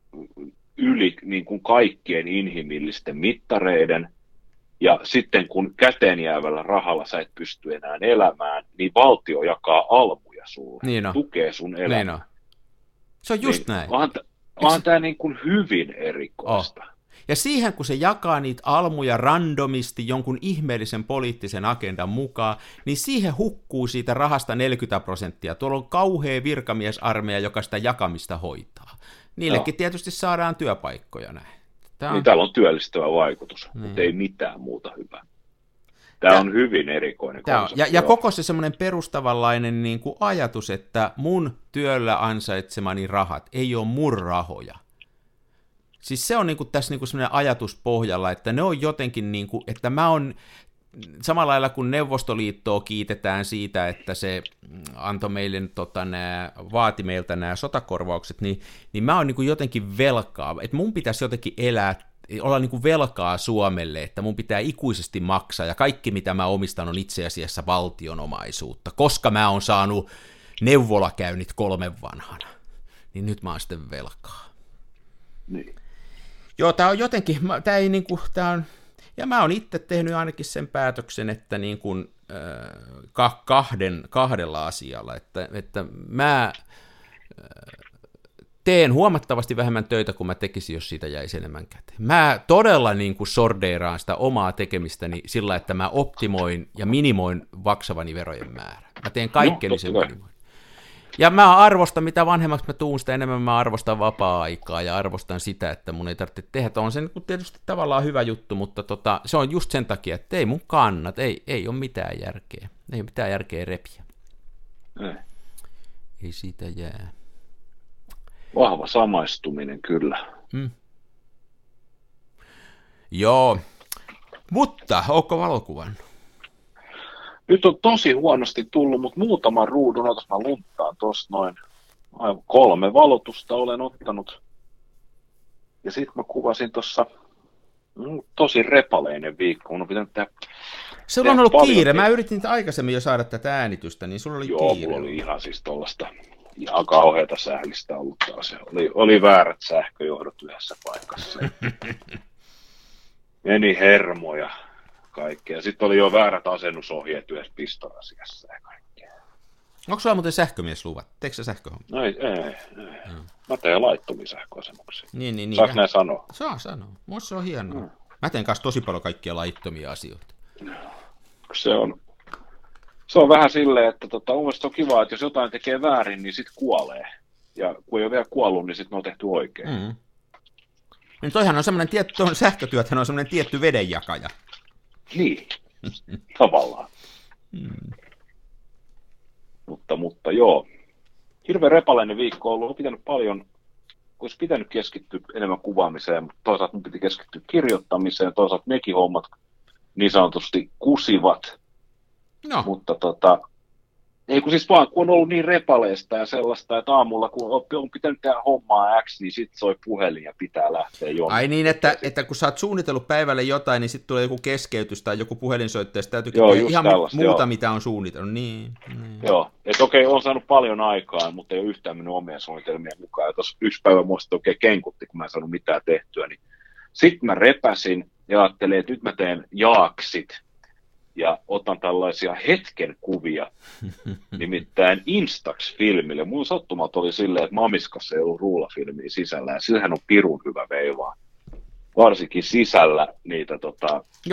yli niin kuin kaikkien inhimillisten mittareiden, ja sitten kun käteen jäävällä rahalla sä et pysty enää elämään, niin valtio jakaa almuja sulle, niin tukee sun elämää. Niin on. Se on just niin, näin. Vaan, vaan tämä niin kuin hyvin erikoista. Oh. Ja siihen, kun se jakaa niitä almuja randomisti jonkun ihmeellisen poliittisen agendan mukaan, niin siihen hukkuu siitä rahasta neljäkymmentä prosenttia. Tuolla on kauhea virkamiesarmeija, joka sitä jakamista hoitaa. Niillekin no. tietysti saadaan työpaikkoja näin. On... Niin täällä on työllistävä vaikutus, niin. mutta ei mitään muuta hyvää. Tämä, Tämä on hyvin erikoinen konsepti. Ja, ja koko se semmoinen perustavanlainen niin kuin ajatus, että mun työllä ansaitsemani rahat ei ole mun rahoja. Siis se on niin kuin tässä niin kuin semmoinen ajatus pohjalla, että ne on jotenkin, niin kuin, että mä oon, samalla lailla kuin Neuvostoliittoa kiitetään siitä, että se antoi meille, tota, nää, vaati meiltä nämä sotakorvaukset, niin, niin mä oon niin kuin jotenkin velkaa, että mun pitäisi jotenkin elää, olla niin kuin velkaa Suomelle, että mun pitää ikuisesti maksaa, ja kaikki mitä mä omistan on itse asiassa valtionomaisuutta, koska mä oon saanut neuvolakäynnit kolmen vanhana, niin nyt mä oon sitten velkaa. Niin. Joo, tää on jotenkin, tää ei niinku, tää on, ja mä oon itse tehnyt ainakin sen päätöksen, että niin kuin, äh, kahden, kahdella asialla, että, että mä äh, teen huomattavasti vähemmän töitä kuin mä tekisin, jos siitä jäisi enemmän käteen. Mä todella niin kuin sordeeraan sitä omaa tekemistäni sillä, että mä optimoin ja minimoin maksavani verojen määrä. Mä teen kaikkeni no, sen minimoin. Ja mä arvostan, mitä vanhemmaksi mä tuun, sitä enemmän mä arvostan vapaa-aikaa ja arvostan sitä, että mun ei tarvitse tehdä. On se tietysti tavallaan hyvä juttu, mutta tota, se on just sen takia, että ei mun kannat, ei, ei ole mitään järkeä. Ei ole mitään järkeä repiä. Ei. Ei siitä jää. Vahva samaistuminen kyllä. Mm. Joo, mutta onko valokuvan? Nyt on tosi huonosti tullut, mutta muutaman ruudun, otas mä lunttaan tuossa noin aivan kolme valotusta olen ottanut. Ja sitten mä kuvasin tuossa mm, tosi repaleinen viikko. Mun on pitänyt tehdä, sulla on ollut kiire. Mä yritin niitä aikaisemmin jo saada tätä äänitystä, niin sulla oli Joo, kiire. Joo, mulla oli ihan siis tollaista ihan kauheata sählistä ollut taas. Oli, oli väärät sähköjohdot yhdessä paikassa. Meni hermoja. Kaikkea. Sitten oli jo väärät asennusohjeet yhdessä pistorasiassa ja kaikkea. Onko sulla muuten sähkömiesluvat? Teekö sä sähköhommia? No ei, ei, ei. Hmm. Mä teen laittomia sähköasennuksia. Niin, niin, niin. Saanko näin sanoa? Saa sanoa. Musta se on hienoa. Hmm. Mä teen kanssa tosi paljon kaikkia laittomia asioita. Se on, se on vähän silleen, että tota, mun mielestä on kiva, että jos jotain tekee väärin, niin sit kuolee. Ja kun ei ole vielä kuollut, niin sit ne on tehty oikein. Hmm. Niin toihan on semmoinen tietty, tuon sähkötyöthän on semmoinen tietty vedenjakaja. Niin, tavallaan. Hmm. Mutta, mutta joo, hirveän repaleinen viikko on ollut. Olen pitänyt paljon, olisi pitänyt keskittyä enemmän kuvaamiseen, mutta toisaalta mun piti keskittyä kirjoittamiseen, toisaalta nekin hommat niin sanotusti kusivat. No. Mutta tota, ei kun siis vaan, kun on ollut niin repaleista ja sellaista, että aamulla kun on pitänyt tehdä hommaa X, niin sitten soi puhelin ja pitää lähteä jonnekin. Ai niin, että, että kun sä oot suunnitellut päivälle jotain, niin sitten tulee joku keskeytys tai joku puhelinsoitto, ja täytyy tehdä ihan muuta, joo. Mitä on suunnitellut. Niin, niin. Joo, että okei, on saanut paljon aikaa, mutta ei ole yhtään minun omia suunnitelmia mukaan. Ja tuossa yksi päivä muista oikein kenkutti, kun mä en saanut mitään tehtyä, niin sitten mä repäsin ja ajattelin, että nyt mä teen jaaksit. Ja otan tällaisia hetken kuvia, nimittäin Instax-filmille. Mun sattumat oli silleen, että Mamiskassa ei ollut ruulafilmiä sisällä, ja sillähän on pirun hyvä veivaa. Varsinkin sisällä niitä tota... Joo,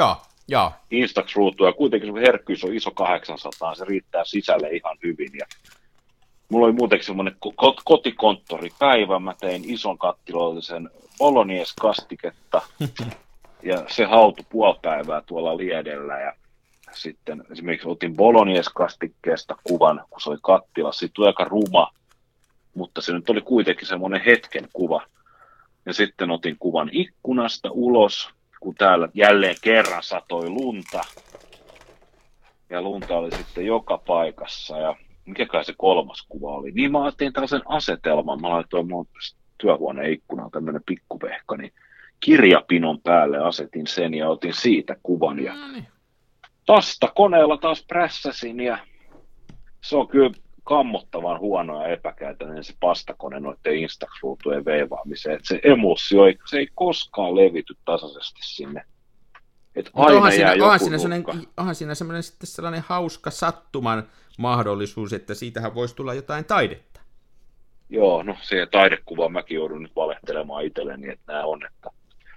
Instax-ruutua, ja kuitenkin se herkkyys on iso kahdeksansataa, se riittää sisälle ihan hyvin, ja mulla oli muutenkin semmoinen kotikonttoripäivä, mä tein ison kattilollisen bolognese-kastiketta, ja se hautui puoli päivää tuolla liedellä, ja sitten esimerkiksi otin bolognese-kastikkeesta kuvan, kun se oli kattilassa, siitä tuli aika ruma, mutta se nyt oli kuitenkin semmoinen hetken kuva, ja sitten otin kuvan ikkunasta ulos, kun täällä jälleen kerran satoi lunta, ja lunta oli sitten joka paikassa, ja mikäkään se kolmas kuva oli. Niin mä tein tällaisen asetelman, mä laitoin mun työhuoneen ikkunaan tämmöinen pikkuvehka, niin kirjapinon päälle asetin sen ja otin siitä kuvan. Ja tosta koneella taas prässäsin, ja se on kyllä kammottavan huono ja epäkäytännön se pastakone noiden Instax-ruutujen veivaamiseen. Et se emulsio ei, se ei koskaan levity tasaisesti sinne. Et aina onhan, jää siinä, joku onhan, siinä nurkka. onhan siinä sellainen, sitten sellainen hauska sattuman mahdollisuus, että siitähän voisi tulla jotain taidetta. Joo, no siihen taidekuvaan mäkin joudun nyt valehtelemaan itselleni, että nämä on, että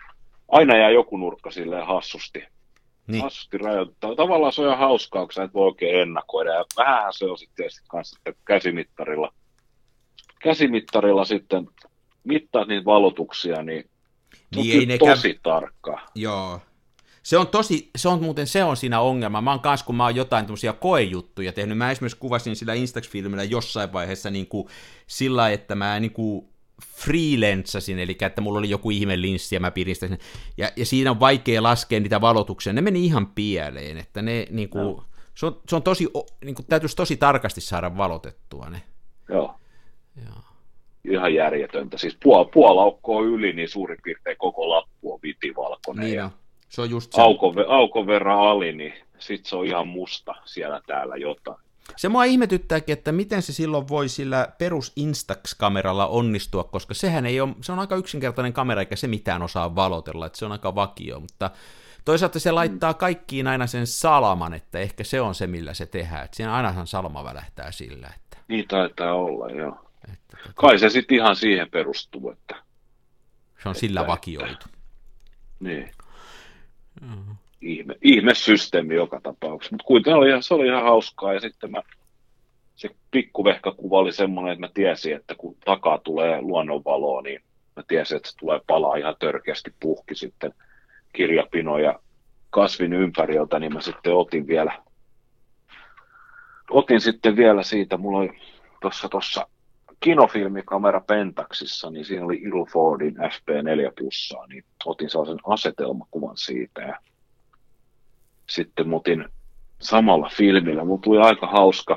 aina jää joku nurkka silleen hassusti. Niin. Hassusti rajoittaa. Tavallaan se on ihan hauskaa, kun sä et voi oikein ennakoida. Ja vähän se on sitten tietysti kanssa käsimittarilla. Käsimittarilla sitten mittaat niitä valotuksia, niin se on niin kyllä tosi käy... tarkkaa. Joo. Se on tosi, se on muuten se on siinä ongelma. Mä oon kans, kun mä oon jotain tämmöisiä koejuttuja tehnyt. Mä esimerkiksi kuvasin sillä Instax-filmillä jossain vaiheessa niin kuin sillä, että mä niin kuin freelanceasin, eli että mulla oli joku ihme linssi ja mä pidin sitä. Ja, ja siinä on vaikea laskea niitä valotuksia. Ne meni ihan pieleen, että ne niin kuin, no. se, on, se on tosi, niin kuin, täytyisi tosi tarkasti saada valotettua ne. Joo. Joo. Ihan järjetöntä. Siis puol, puolaukkoa yli, niin suurin piirtein koko lappu on vitivalkoinen. Niin ja on. Se on just se. Aukon, aukon verran ali, niin sit se on ihan musta siellä täällä jotain. Se mua ihmetyttääkin, että miten se silloin voi sillä perus Instax-kameralla onnistua, koska sehän ei ole, se on aika yksinkertainen kamera, eikä se mitään osaa valotella, että se on aika vakio, mutta toisaalta se laittaa kaikkiin aina sen salaman, että ehkä se on se, millä se tehdään, että siinä ainahan salama välähtää sillä. Että... Niin taitaa olla, joo. Että, että... Kai se sitten ihan siihen perustuu, että... Se on sillä että, vakioitu. Että... Niin. Mm-hmm. Ihme, ihme systeemi joka tapauksessa, mutta kuitenkin oli, se oli ihan hauskaa, ja sitten mä, se pikkuvehkakuva oli semmoinen, että mä tiesin, että kun takaa tulee luonnonvaloa, niin mä tiesin, että se tulee palaa ihan törkeästi puhki sitten kirjapino ja kasvin ympäriltä, niin mä sitten otin vielä, otin sitten vielä siitä, mulla oli tuossa tuossa kinofilmikamera Pentaxissa, niin siinä oli Ilfordin F P neljä plussaa, niin otin sellaisen asetelmakuvan siitä, ja sitten otin samalla filmillä. Mulla tuli aika hauska,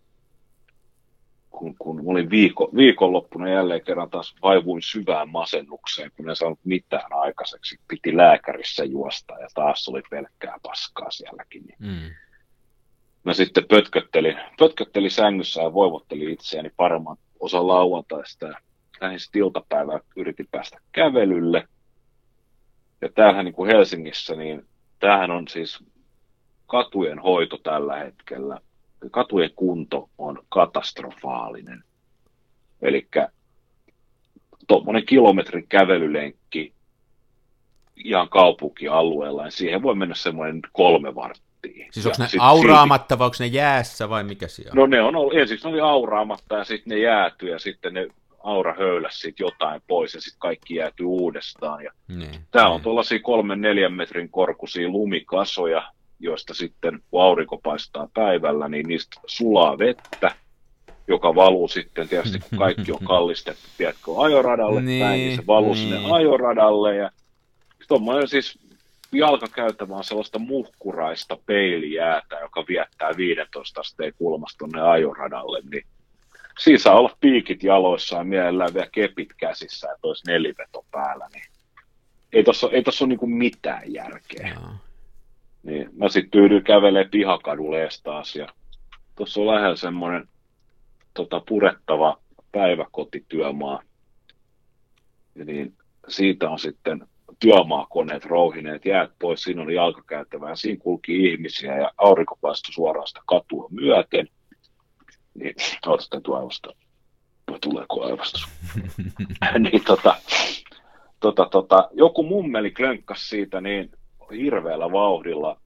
kun, kun olin viikon, viikonloppuna jälleen kerran taas vaivuin syvään masennukseen, kun en saanut mitään aikaiseksi. Piti lääkärissä juosta ja taas oli pelkkää paskaa sielläkin. Mm. Mä sitten pötköttelin, pötköttelin sängyssä ja voivottelin itseäni paremman osan lauantaista. Lähdin sitten iltapäivää, yritin päästä kävelylle. Ja tämähän niin kuin Helsingissä, niin tämähän on siis katujen hoito tällä hetkellä. Katujen kunto on katastrofaalinen. Eli tuommoinen kilometrin kävelylenkki ihan kaupunkialueella, niin siihen voi mennä semmoinen kolme varttia. Siis onko ne auraamatta vai onko ne jäässä vai mikä siellä on? No ne on ollut, ensiksi ne oli auraamatta ja sitten ne jäätyi ja sitten ne aura höyläsi siitä jotain pois ja sitten kaikki jäätyi uudestaan. Ja niin, tämä on tuollaisia kolmen neljän metrin korkuisia lumikasoja, joista sitten kun aurinko paistaa päivällä, niin niistä sulaa vettä, joka valuu sitten tietysti, kun kaikki on kallistettu, tiedätkö, ajoradalle niin, päin, niin se valuu niin. sinne ajoradalle. Ja tuommoinen siis jalkakäytävä on sellaista muhkuraista peilijäätä, joka viettää viisitoista asteen kulmasta tuonne ajoradalle, niin siinä saa olla piikit jaloissa ja mielellään vielä kepit käsissä ja tois neliveto päällä, niin ei tuossa ei tossa ole niinku mitään järkeä. No. Niin, mä sitten tyydyin kävelemään pihakadulle ees taas, ja tuossa on lähellä semmoinen tota, purettava päiväkotityömaa, ja niin siitä on sitten työmaakoneet rouhineet jäät pois, siinä oli jalkakäytävä, ja siinä kulki ihmisiä, ja aurinko paistoi suoraan sitä katua myöten, niin odotetaan tuo aivasta, tuleeko aivastus, niin tota, tota, tota, joku mummeli klönkkäsi siitä, niin hirveällä vauhdilla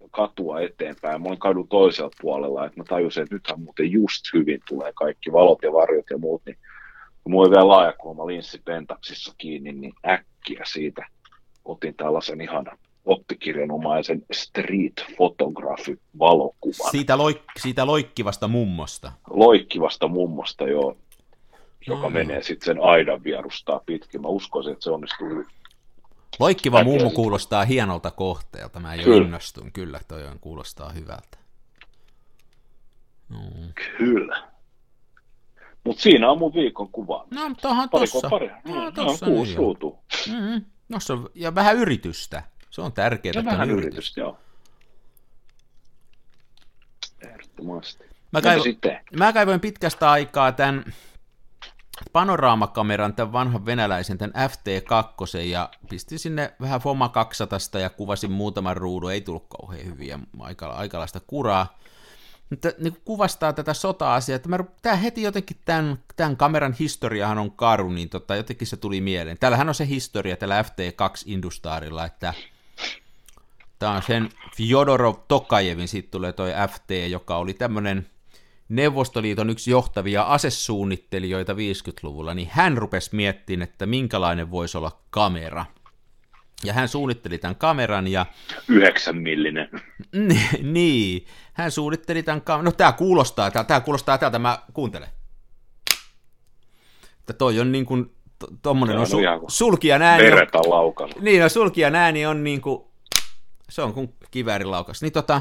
katua eteenpäin. Mä olin kadun toisella puolella, että mä tajusin, että nythän muuten just hyvin tulee kaikki valot ja varjot ja muut, niin kun mulla oli vielä laajakulma linssi pentaksissa kiinni, niin äkkiä siitä otin tällaisen ihanan oppikirjanomaisen street photography valokuvan. Siitä, loik- siitä loikkivasta mummosta. Loikkivasta mummosta, joo, joka mm. menee sitten sen aidan vierustaa pitkin. Mä uskoisin, että se onnistuu hyvin. Loikkiva äkkiä mummo kuulostaa hienolta kohteelta. Mä jo innostun. Kyllä, toi on, kuulostaa hyvältä. Mm. Kyllä. Mutta siinä on mun viikon kuva. No, tohan tossa. Pari, no, no, tossa on kuusi ruutua. Mm-hmm. Nossa on, ja vähän yritystä. Se on tärkeää. Ja vähän yritystä, yritystä, joo. Ehdottomasti. Mä, kaivo, mä kaivoin pitkästä aikaa tämän panoraamakameran, tämän vanhan venäläisen, tämän F T kaksi, ja pistin sinne vähän Foma kaksisataa ja kuvasin muutaman ruudun. Ei tullut kauhean hyviä, aika, aikalaista kuraa. Mutta niin kuvastaa tätä sota-asiaa, että mä, tää heti jotenkin tämän, tämän kameran historiahan on karu, niin tota, jotenkin se tuli mieleen. Täällähän on se historia tällä F T kaksi Industarilla, että tämä on sen Fjodorov Tokajevin, siitä tulee toi F T, joka oli tämmöinen Neuvostoliiton yksi johtavia asesuunnittelijoita viisikymmentäluvulla, niin hän rupesi miettimään, että minkälainen voisi olla kamera. Ja hän suunnitteli tämän kameran ja... Yhdeksän millinen. niin, hän suunnitteli tämän kameran. No tää kuulostaa, tää, tää kuulostaa täältä, mä kuuntelen. Että toi on niin kuin, to, tommonen on su- sulkijan ääni. Veretä laukaus. Niin, no sulkijan ääni on niin kuin, se on kuin kiväärilaukas. Niin tota,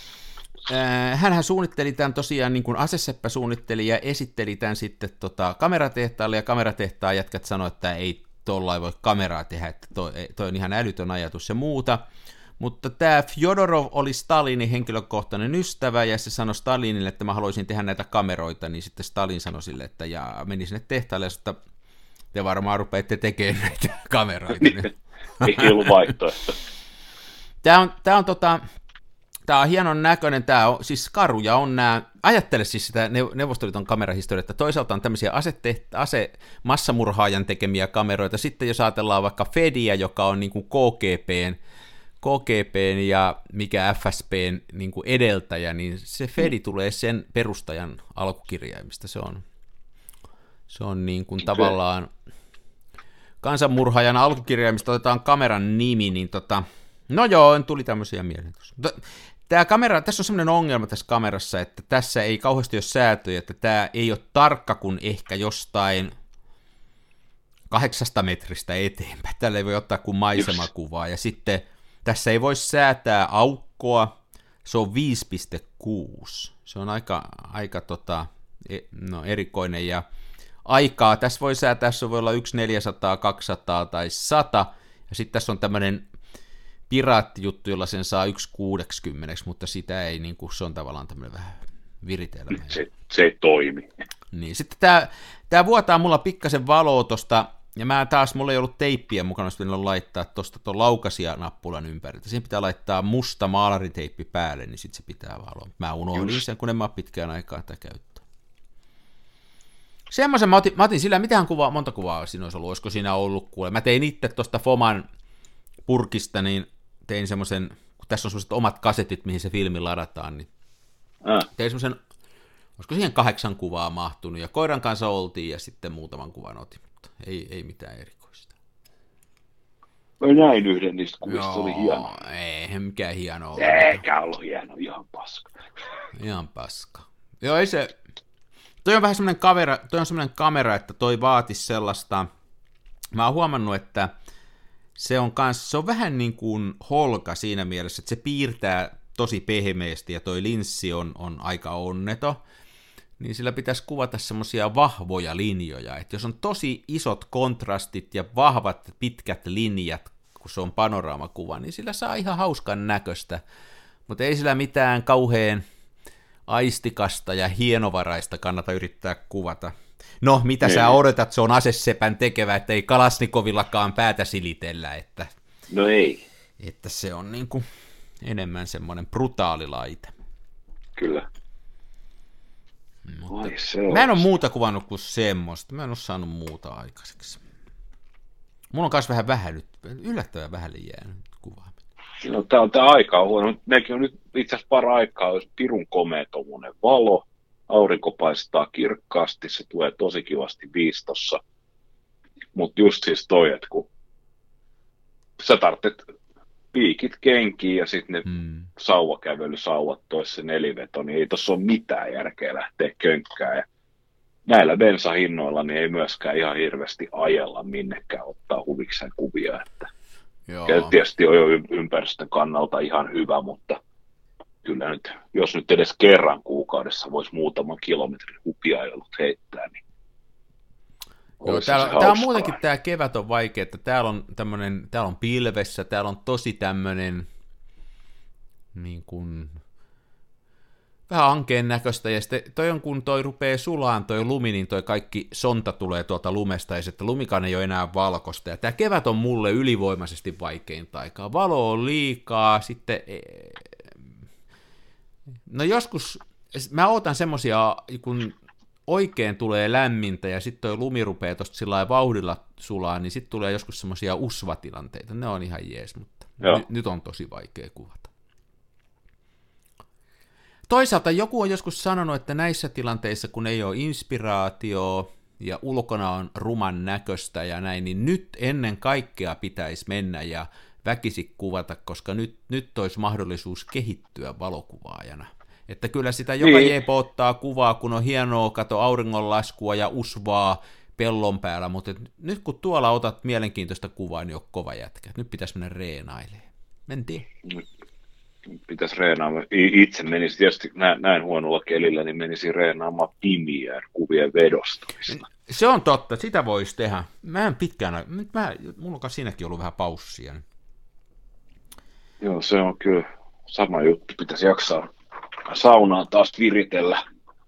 äh, hänhän suunnitteli tämän tosiaan niin kuin aseseppä suunnitteli ja esitteli tämän sitten tota, kameratehtaalle ja kameratehtaan jätkät sanoi, että ei tuolla ei voi kameraa tehdä, että toi, toi on ihan älytön ajatus ja muuta, mutta tämä Fjodorov oli Stalinin henkilökohtainen ystävä, ja se sanoi Stalinille, että mä haluaisin tehdä näitä kameroita, niin sitten Stalin sanoi sille, että ja meni sinne tehtaalle, että te varmaan rupeatte tekemään näitä kameroita. Ei ollut vaihtoehto. Tämä on, tämä on tota... Tämä on hienon näköinen, tämä on, siis karuja on nämä, ajattele siis sitä Neuvostoliiton kamerahistoriaa, että toisaalta on tämmöisiä asetehtä, ase massamurhaajan tekemiä kameroita, sitten jos ajatellaan vaikka Fediä, joka on niin kuin K G P:n, K G P:n ja mikä F S P:n niin kuin edeltäjä, niin se Fedi mm. tulee sen perustajan alkukirjaimista, se on, se on niin kuin tavallaan kansanmurhaajan alkukirjaimista otetaan kameran nimi, niin tota, no joo, tuli tämmöisiä mieleen tuossa. Tämä kamera, tässä on semmoinen ongelma tässä kamerassa, että tässä ei kauheasti ole säätöjä, että tämä ei ole tarkka kuin ehkä jostain kahdeksasta metristä eteenpäin. Tällä ei voi ottaa kuin maisemakuvaa. Ja sitten tässä ei voi säätää aukkoa, se on viisi pilkku kuusi. Se on aika, aika tota, no, erikoinen. Ja aikaa tässä voi säätää, se voi olla yksi neljäsataa, kaksisataa tai sata. Ja sitten tässä on tämmöinen piraattijuttu, jolla sen saa yksi kuusikymmentä, mutta sitä ei, niin kuin, se on tavallaan tämmöinen vähän viritelmä. Se, se ei toimi. Niin, sitten tämä, tämä vuotaa mulla pikkasen valoa tosta, ja mä taas, mulla ei ollut teippiä mukana, jos pitää laittaa tosta tuon laukasia nappulan ympäriltä. Siihen pitää laittaa musta maalariteippi päälle, niin sitten se pitää valoa. Mä unohdin Just. sen, kun en mä ole pitkään aikaa tätä käyttöä. Semmoisen mä otin, mä otin sillä, mitähän kuvaa, monta kuvaa siinä olisi ollut, olisiko siinä ollut kuule. Mä tein itse tuosta Foman purkista, niin tein semmoisen, kun tässä on semmoiset omat kasetit, mihin se filmi ladataan, niin äh. tein semmoisen, olisiko siihen kahdeksan kuvaa mahtunut, ja koiran kanssa oltiin, ja sitten muutaman kuvan otin, mutta ei, ei mitään erikoista. Mä näin yhden niistä kuvista, se oli hieno. Ei mikään hieno ollut. Eikä ollut hieno, ihan paska. Ihan paska. Joo, ei se, toi on vähän semmoinen kamera, toi on semmoinen kamera, että toi vaatisi sellaista, mä oon huomannut, että se on, kans, se on vähän niin kuin holka siinä mielessä, että se piirtää tosi pehmeästi ja toi linssi on, on aika onneto, niin sillä pitäisi kuvata semmoisia vahvoja linjoja, että jos on tosi isot kontrastit ja vahvat pitkät linjat, kun se on panoraamakuva, niin sillä saa ihan hauskan näköistä, mutta ei sillä mitään kauhean aistikasta ja hienovaraista kannata yrittää kuvata. No, mitä ei. Sä odotat, se on asesepän tekevä, että ei Kalasnikovillakaan päätä silitellä, että, no ei. Että se on niin kuin enemmän semmoinen brutaali laite. Kyllä. Mutta mä en ole muuta kuvannut kuin semmoista, mä en ole saanut muuta aikaiseksi. Mulla on myös vähän vähän nyt, yllättävän vähälle jäänyt kuvaaminen. No, tämä on tämä aika on huono. Meilläkin on nyt itse asiassa para-aikaa, jos pirun komea tuommoinen valo, aurinko paistaa kirkkaasti, se tulee tosi kivasti viistossa. Mutta just siis toi, että kun sä tarvitset piikit kenkiin ja sitten ne hmm. sauvakävelysauvat tois se neliveto, niin ei tuossa ole mitään järkeä lähteä könkkään. Ja näillä bensahinnoilla niin ei myöskään ihan hirveästi ajella minnekään ottaa huvikseen kuvia. Että joo. Ja tietysti on jo ympäristön kannalta ihan hyvä, mutta kyllä nyt, jos nyt edes kerran kuukaudessa voisi muutaman kilometrin hupiajelut heittää, niin joo, täällä, täällä on muutenkin tämä kevät on vaikea, että täällä on tämmöinen, täällä on pilvessä, täällä on tosi tämmöinen niin kuin vähän ankeen näköistä, ja sitten toi on, kun toi rupeaa sulaan toi lumi, niin toi kaikki sonta tulee tuolta lumesta, ja sitten lumikaan ei ole enää valkoista, ja tämä kevät on mulle ylivoimaisesti vaikeinta aikaa. Valo on liikaa, sitten no joskus, mä ootan semmosia, kun oikein tulee lämmintä, ja sitten toi lumi rupeaa tosta sillä lailla vauhdilla sulaa, niin sitten tulee joskus semmosia usvatilanteita, ne on ihan jees, mutta n- nyt on tosi vaikea kuvata. Toisaalta joku on joskus sanonut, että näissä tilanteissa, kun ei ole inspiraatio ja ulkona on ruman näköistä ja näin, niin nyt ennen kaikkea pitäisi mennä ja väkisi kuvata, koska nyt, nyt olisi mahdollisuus kehittyä valokuvaajana. Että kyllä sitä joka niin. jeepo ottaa kuvaa, kun on hienoa, kato auringonlaskua ja usvaa pellon päällä, mutta nyt kun tuolla otat mielenkiintoista kuvaa, niin on kova jätkä. Nyt pitäisi mennä reenailemaan. Mentiin. Pitäisi reenaamaan. Itse menisi tietysti näin, näin huonolla kelillä, niin menisi reenaamaan pimiä kuvien vedostamista. Se on totta, sitä voisi tehdä. Mä en pitkään, mä, mulla on siinäkin ollut vähän paussia. Joo, se on kyllä sama juttu. Pitäisi jaksaa saunaan taas viritellä.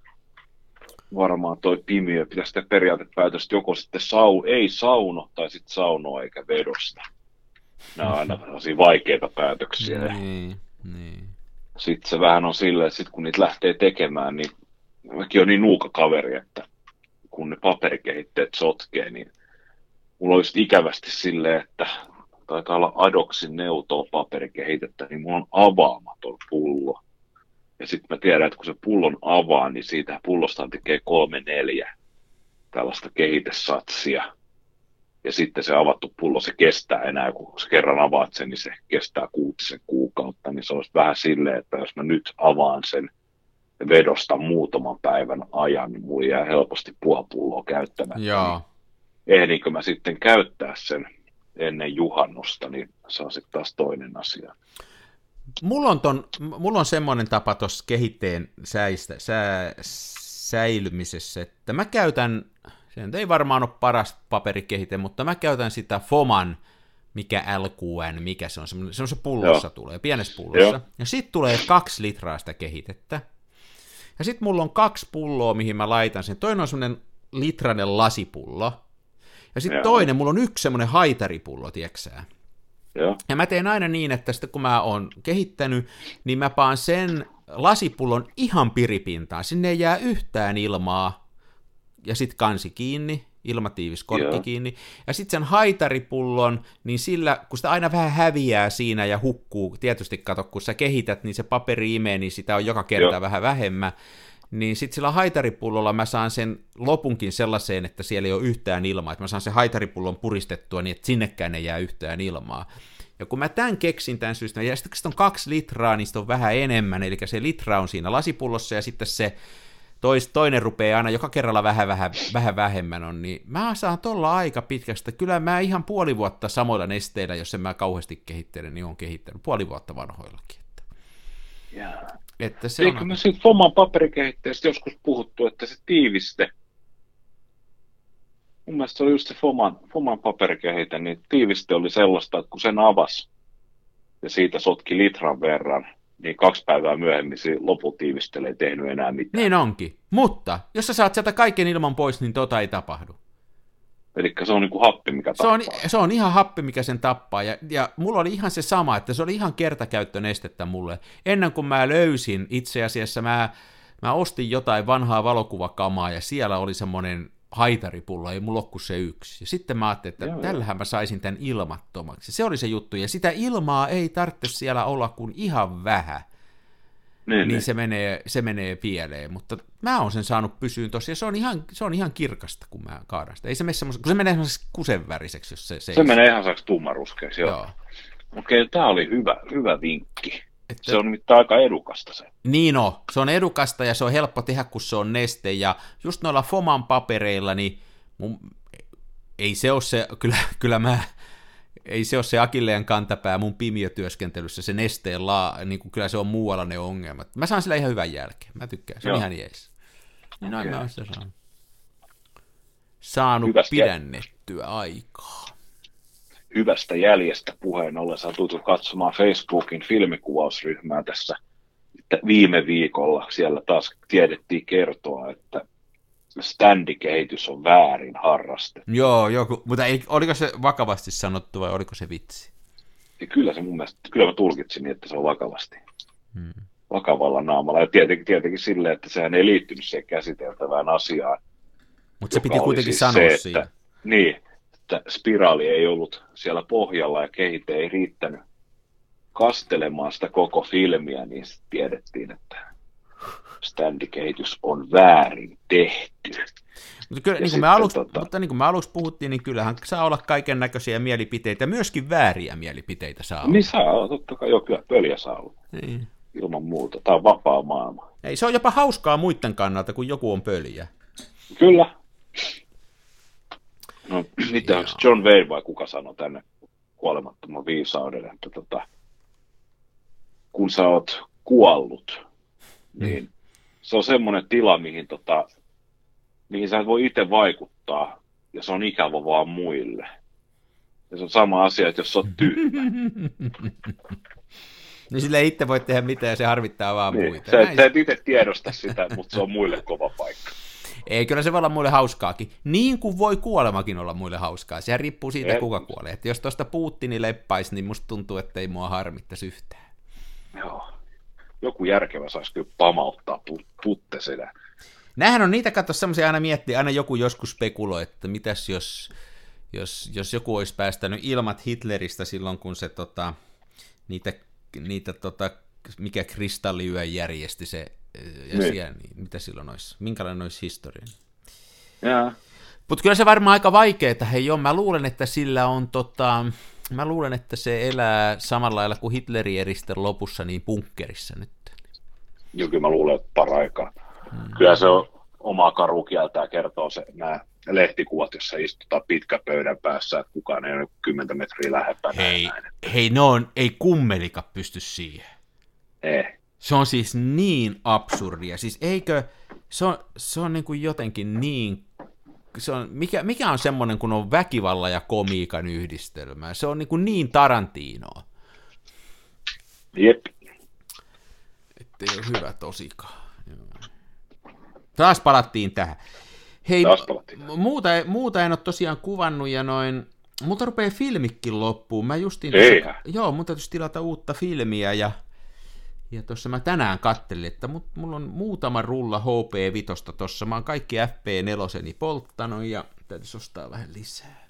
Varmaan toi pimiö pitäisi tehdä periaatepäätöstä joko sitten sau, ei sauno tai sitten saunoa eikä vedosta. Nämä on aina sellaisia vaikeita päätöksiä. Niin, niin. Sitten se vähän on silleen, että sit kun niitä lähtee tekemään, niin mäkin on niin nuuka kaveri, että kun ne paperikehitteet sotkee, niin mulla olisi ikävästi silleen, että taitaa olla Adoxin Neutol paperikehitettä, niin mulla on avaamaton pullo. Ja sitten mä tiedän, että kun se pullon avaa, niin siitä pullostaan tekee kolme neljä tällaista kehitesatsia. Ja sitten se avattu pullo, se kestää enää, kun se kerran avaat sen, niin se kestää kuutisen kuukautta. Niin se olisi vähän silleen, että jos mä nyt avaan sen ja vedostan muutaman päivän ajan, niin mulla jää helposti puolapulloa käyttämättä. Joo. Niin ehdinkö mä sitten käyttää sen ennen juhannusta, niin se on sitten taas toinen asia. Mulla on, ton, mulla on semmoinen tapa tuossa kehitteen säistä, sä, säilymisessä, että mä käytän, se ei varmaan ole paras paperikehite, mutta mä käytän sitä Foman, mikä L Q N, mikä se on, semmoisessa pullossa Joo. tulee, pienessä pullossa, Joo. ja sitten tulee kaksi litraa sitä kehitettä, ja sitten mulla on kaksi pulloa, mihin mä laitan sen, toinen on semmoinen litrainen lasipullo, ja sitten toinen, mulla on yksi semmoinen haitaripullo, tieksää. Joo. Ja mä teen aina niin, että sitten kun mä oon kehittänyt, niin mä paan sen lasipullon ihan piripintaan. Sinne ei jää yhtään ilmaa, ja sitten kansi kiinni, ilmatiivis korkki Joo. kiinni. Ja sitten sen haitaripullon, niin sillä, kun sitä aina vähän häviää siinä ja hukkuu, tietysti kato, kun sä kehität, niin se paperi imee, niin sitä on joka kerta Joo. vähän vähemmän. Niin sitten sillä haitaripullolla mä saan sen lopunkin sellaiseen, että siellä ei ole yhtään ilmaa, että mä saan sen haitaripullon puristettua niin, että sinnekään ei jää yhtään ilmaa. Ja kun mä tämän keksin tämän syystä, ja sitten kun on kaksi litraa, niin sitä on vähän enemmän, eli se litra on siinä lasipullossa, ja sitten se tois, toinen rupeaa aina joka kerralla vähän, vähän, vähän vähemmän on, niin mä saan tuolla aika pitkästä. Kyllä mä ihan puoli vuotta samoilla nesteillä, jos en mä kauheasti kehittele, niin on kehittänyt puoli vuotta vanhoillakin. Jaa. Että se Eikö on... me siitä Foman paperikehitteestä joskus puhuttu, että se tiiviste, mun mielestä se oli just se Foman, Foman paperikehite, niin tiiviste oli sellaista, että kun sen avasi ja siitä sotki litran verran, niin kaksi päivää myöhemmin se loputiivistely ei tehnyt enää mitään. Niin onkin, mutta jos sä saat sieltä kaiken ilman pois, niin tota ei tapahdu. Eli se on niin kuin happi, mikä se tappaa. On, se on ihan happi, mikä sen tappaa, ja, ja mulla oli ihan se sama, että se oli ihan kertakäyttönestettä mulle. Ennen kuin mä löysin, itse asiassa mä, mä ostin jotain vanhaa valokuvakamaa, ja siellä oli semmoinen haitaripullo, ei mulla ole kuin se yksi. Ja sitten mä ajattelin, että joo, tällähän mä saisin tämän ilmattomaksi. Se oli se juttu, ja sitä ilmaa ei tarvitse siellä olla kuin ihan vähän. Niin, niin, niin. Se, menee, se menee pieleen, mutta mä oon sen saanut pysyyn tosiaan, se on ihan, se on ihan kirkasta, kun mä kaadan sitä. Ei se mene semmoisen, kun se menee semmoiseksi kusenväriseksi, jos se... Se, se menee ihan saaksi tummaruskeeksi, joo. joo. Okei, okay, tää oli hyvä, hyvä vinkki. Että, se on nimittäin aika edukasta se. Niin on, se on edukasta ja se on helppo tehdä, kun se on neste, ja just noilla Foman papereilla, niin mun, ei se ole se, kyllä, kyllä mä... Ei se ole se akilleen kantapää mun pimiötyöskentelyssä, se nesteen laa, niin kuin kyllä se on muualla ne ongelmat. Mä saan sillä ihan hyvän jälkeen, mä tykkään, se on Joo. ihan jees. Niin noin okay. Mä oon sitä saanut, saanut pidännettyä aikaa. Hyvästä jäljestä puheen ollen satuttu katsomaan Facebookin filmikuvausryhmää tässä viime viikolla. Siellä taas tiedettiin kertoa, että standikehitys on väärin harrastettu. Joo, joku, mutta ei, oliko se vakavasti sanottu vai oliko se vitsi? Ja kyllä se mun mielestä, kyllä mä tulkitsin niin, että se on vakavasti. Hmm. Vakavalla naamalla. Ja tietenkin, tietenkin silleen, että sehän ei liittynyt siihen käsiteltävään asiaan. Mutta se piti kuitenkin siis sanoa se, siinä. Että, niin, että spiraali ei ollut siellä pohjalla ja kehite ei riittänyt kastelemaan sitä koko filmiä, niin tiedettiin, että standikehitys on väärin tehty. Mutta, kyllä, niin kuin me aluksi, tota... mutta niin kuin me aluksi puhuttiin, niin kyllähän saa olla kaiken näköisiä mielipiteitä, myöskin vääriä mielipiteitä saa olla. Niin saa, totta kai, joo, kyllä pöliä saa olla. Niin. Ilman muuta, tämä on vapaa maailma. Ei, se on jopa hauskaa muiden kannalta, kun joku on pöliä. Kyllä. No, mitä onko John Wayne vai kuka sanoi tänne kuolemattoman viisauden, että tota, kun sä oot kuollut, niin mm. se on semmoinen tila, mihin, tota, mihin sä et voi itse vaikuttaa, ja se on ikävä vaan muille. Ja se on sama asia, että jos sä oot tyhmä. Niin sille ei itse voi tehdä mitään, ja se harvittaa vaan niin. muita. Sä, sä et itse tiedosta sitä, mutta se on muille kova paikka. Ei, kyllä se voi olla muille hauskaakin. Niin kuin voi kuolemakin olla muille hauskaa. Sehän riippuu siitä, et... kuka kuolee. Että jos tuosta Putini leppaisi, niin musta tuntuu, että ei mua harmittaisi yhtään. Joo. Joku järkevä saisi kyllä pamauttaa putte sitä. Nämähän on niitä, katso semmoisia aina miettiä, aina joku joskus spekuloi, että mitäs jos, jos, jos joku olisi päästänyt ilmat Hitleristä silloin, kun se tota, niitä, niitä tota, mikä kristalliyö järjesti se, ja niin. Siellä, niin, mitä silloin olisi, minkälainen olisi historia. Mutta kyllä se varmaan aika vaikeaa, hei on, mä luulen, että sillä on tota, mä luulen, että se elää samalla lailla kuin Hitleri eristen lopussa niin bunkkerissa nyt. Joo, kyllä mä luulen, että paraikaa. Hmm. Kyllä se on omaa karukieltään kertoo se, nämä lehtikuvat, jossa istutaan pitkä pöydän päässä, että kukaan ei ole kymmentä metriä lähempänä. Hei, näin. hei no on, ei kummelika pysty siihen. Ei. Se on siis niin absurdia. Siis eikö, se on, se on niin kuin jotenkin niin, se on, mikä, mikä on semmoinen, kun on väkivallan ja komiikan yhdistelmä? Se on niin kuin niin Tarantinoa. Jep. Ettei ole hyvä tosikaan. Taas palattiin tähän. Hei, palattiin tähän. Muuta, muuta en ole tosiaan kuvannut ja noin, multa rupeaa filmikin loppuun. Mä justiin, tuossa, joo, mun täytyisi tilata uutta filmiä ja Ja tuossa mä tänään kattelin, että mut, mulla on muutama rulla H P viisi tuossa, mä oon kaikki F P neljä polttanut ja täytyisi ostaa vähän lisää.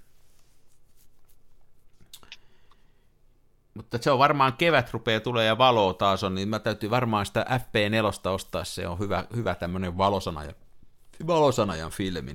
Mutta se on varmaan kevät rupeaa tulee ja valoa taas on, niin mä täytyy varmaan sitä F P neljä ostaa, se on hyvä, hyvä tämmönen valosanajan, valosanajan filmi.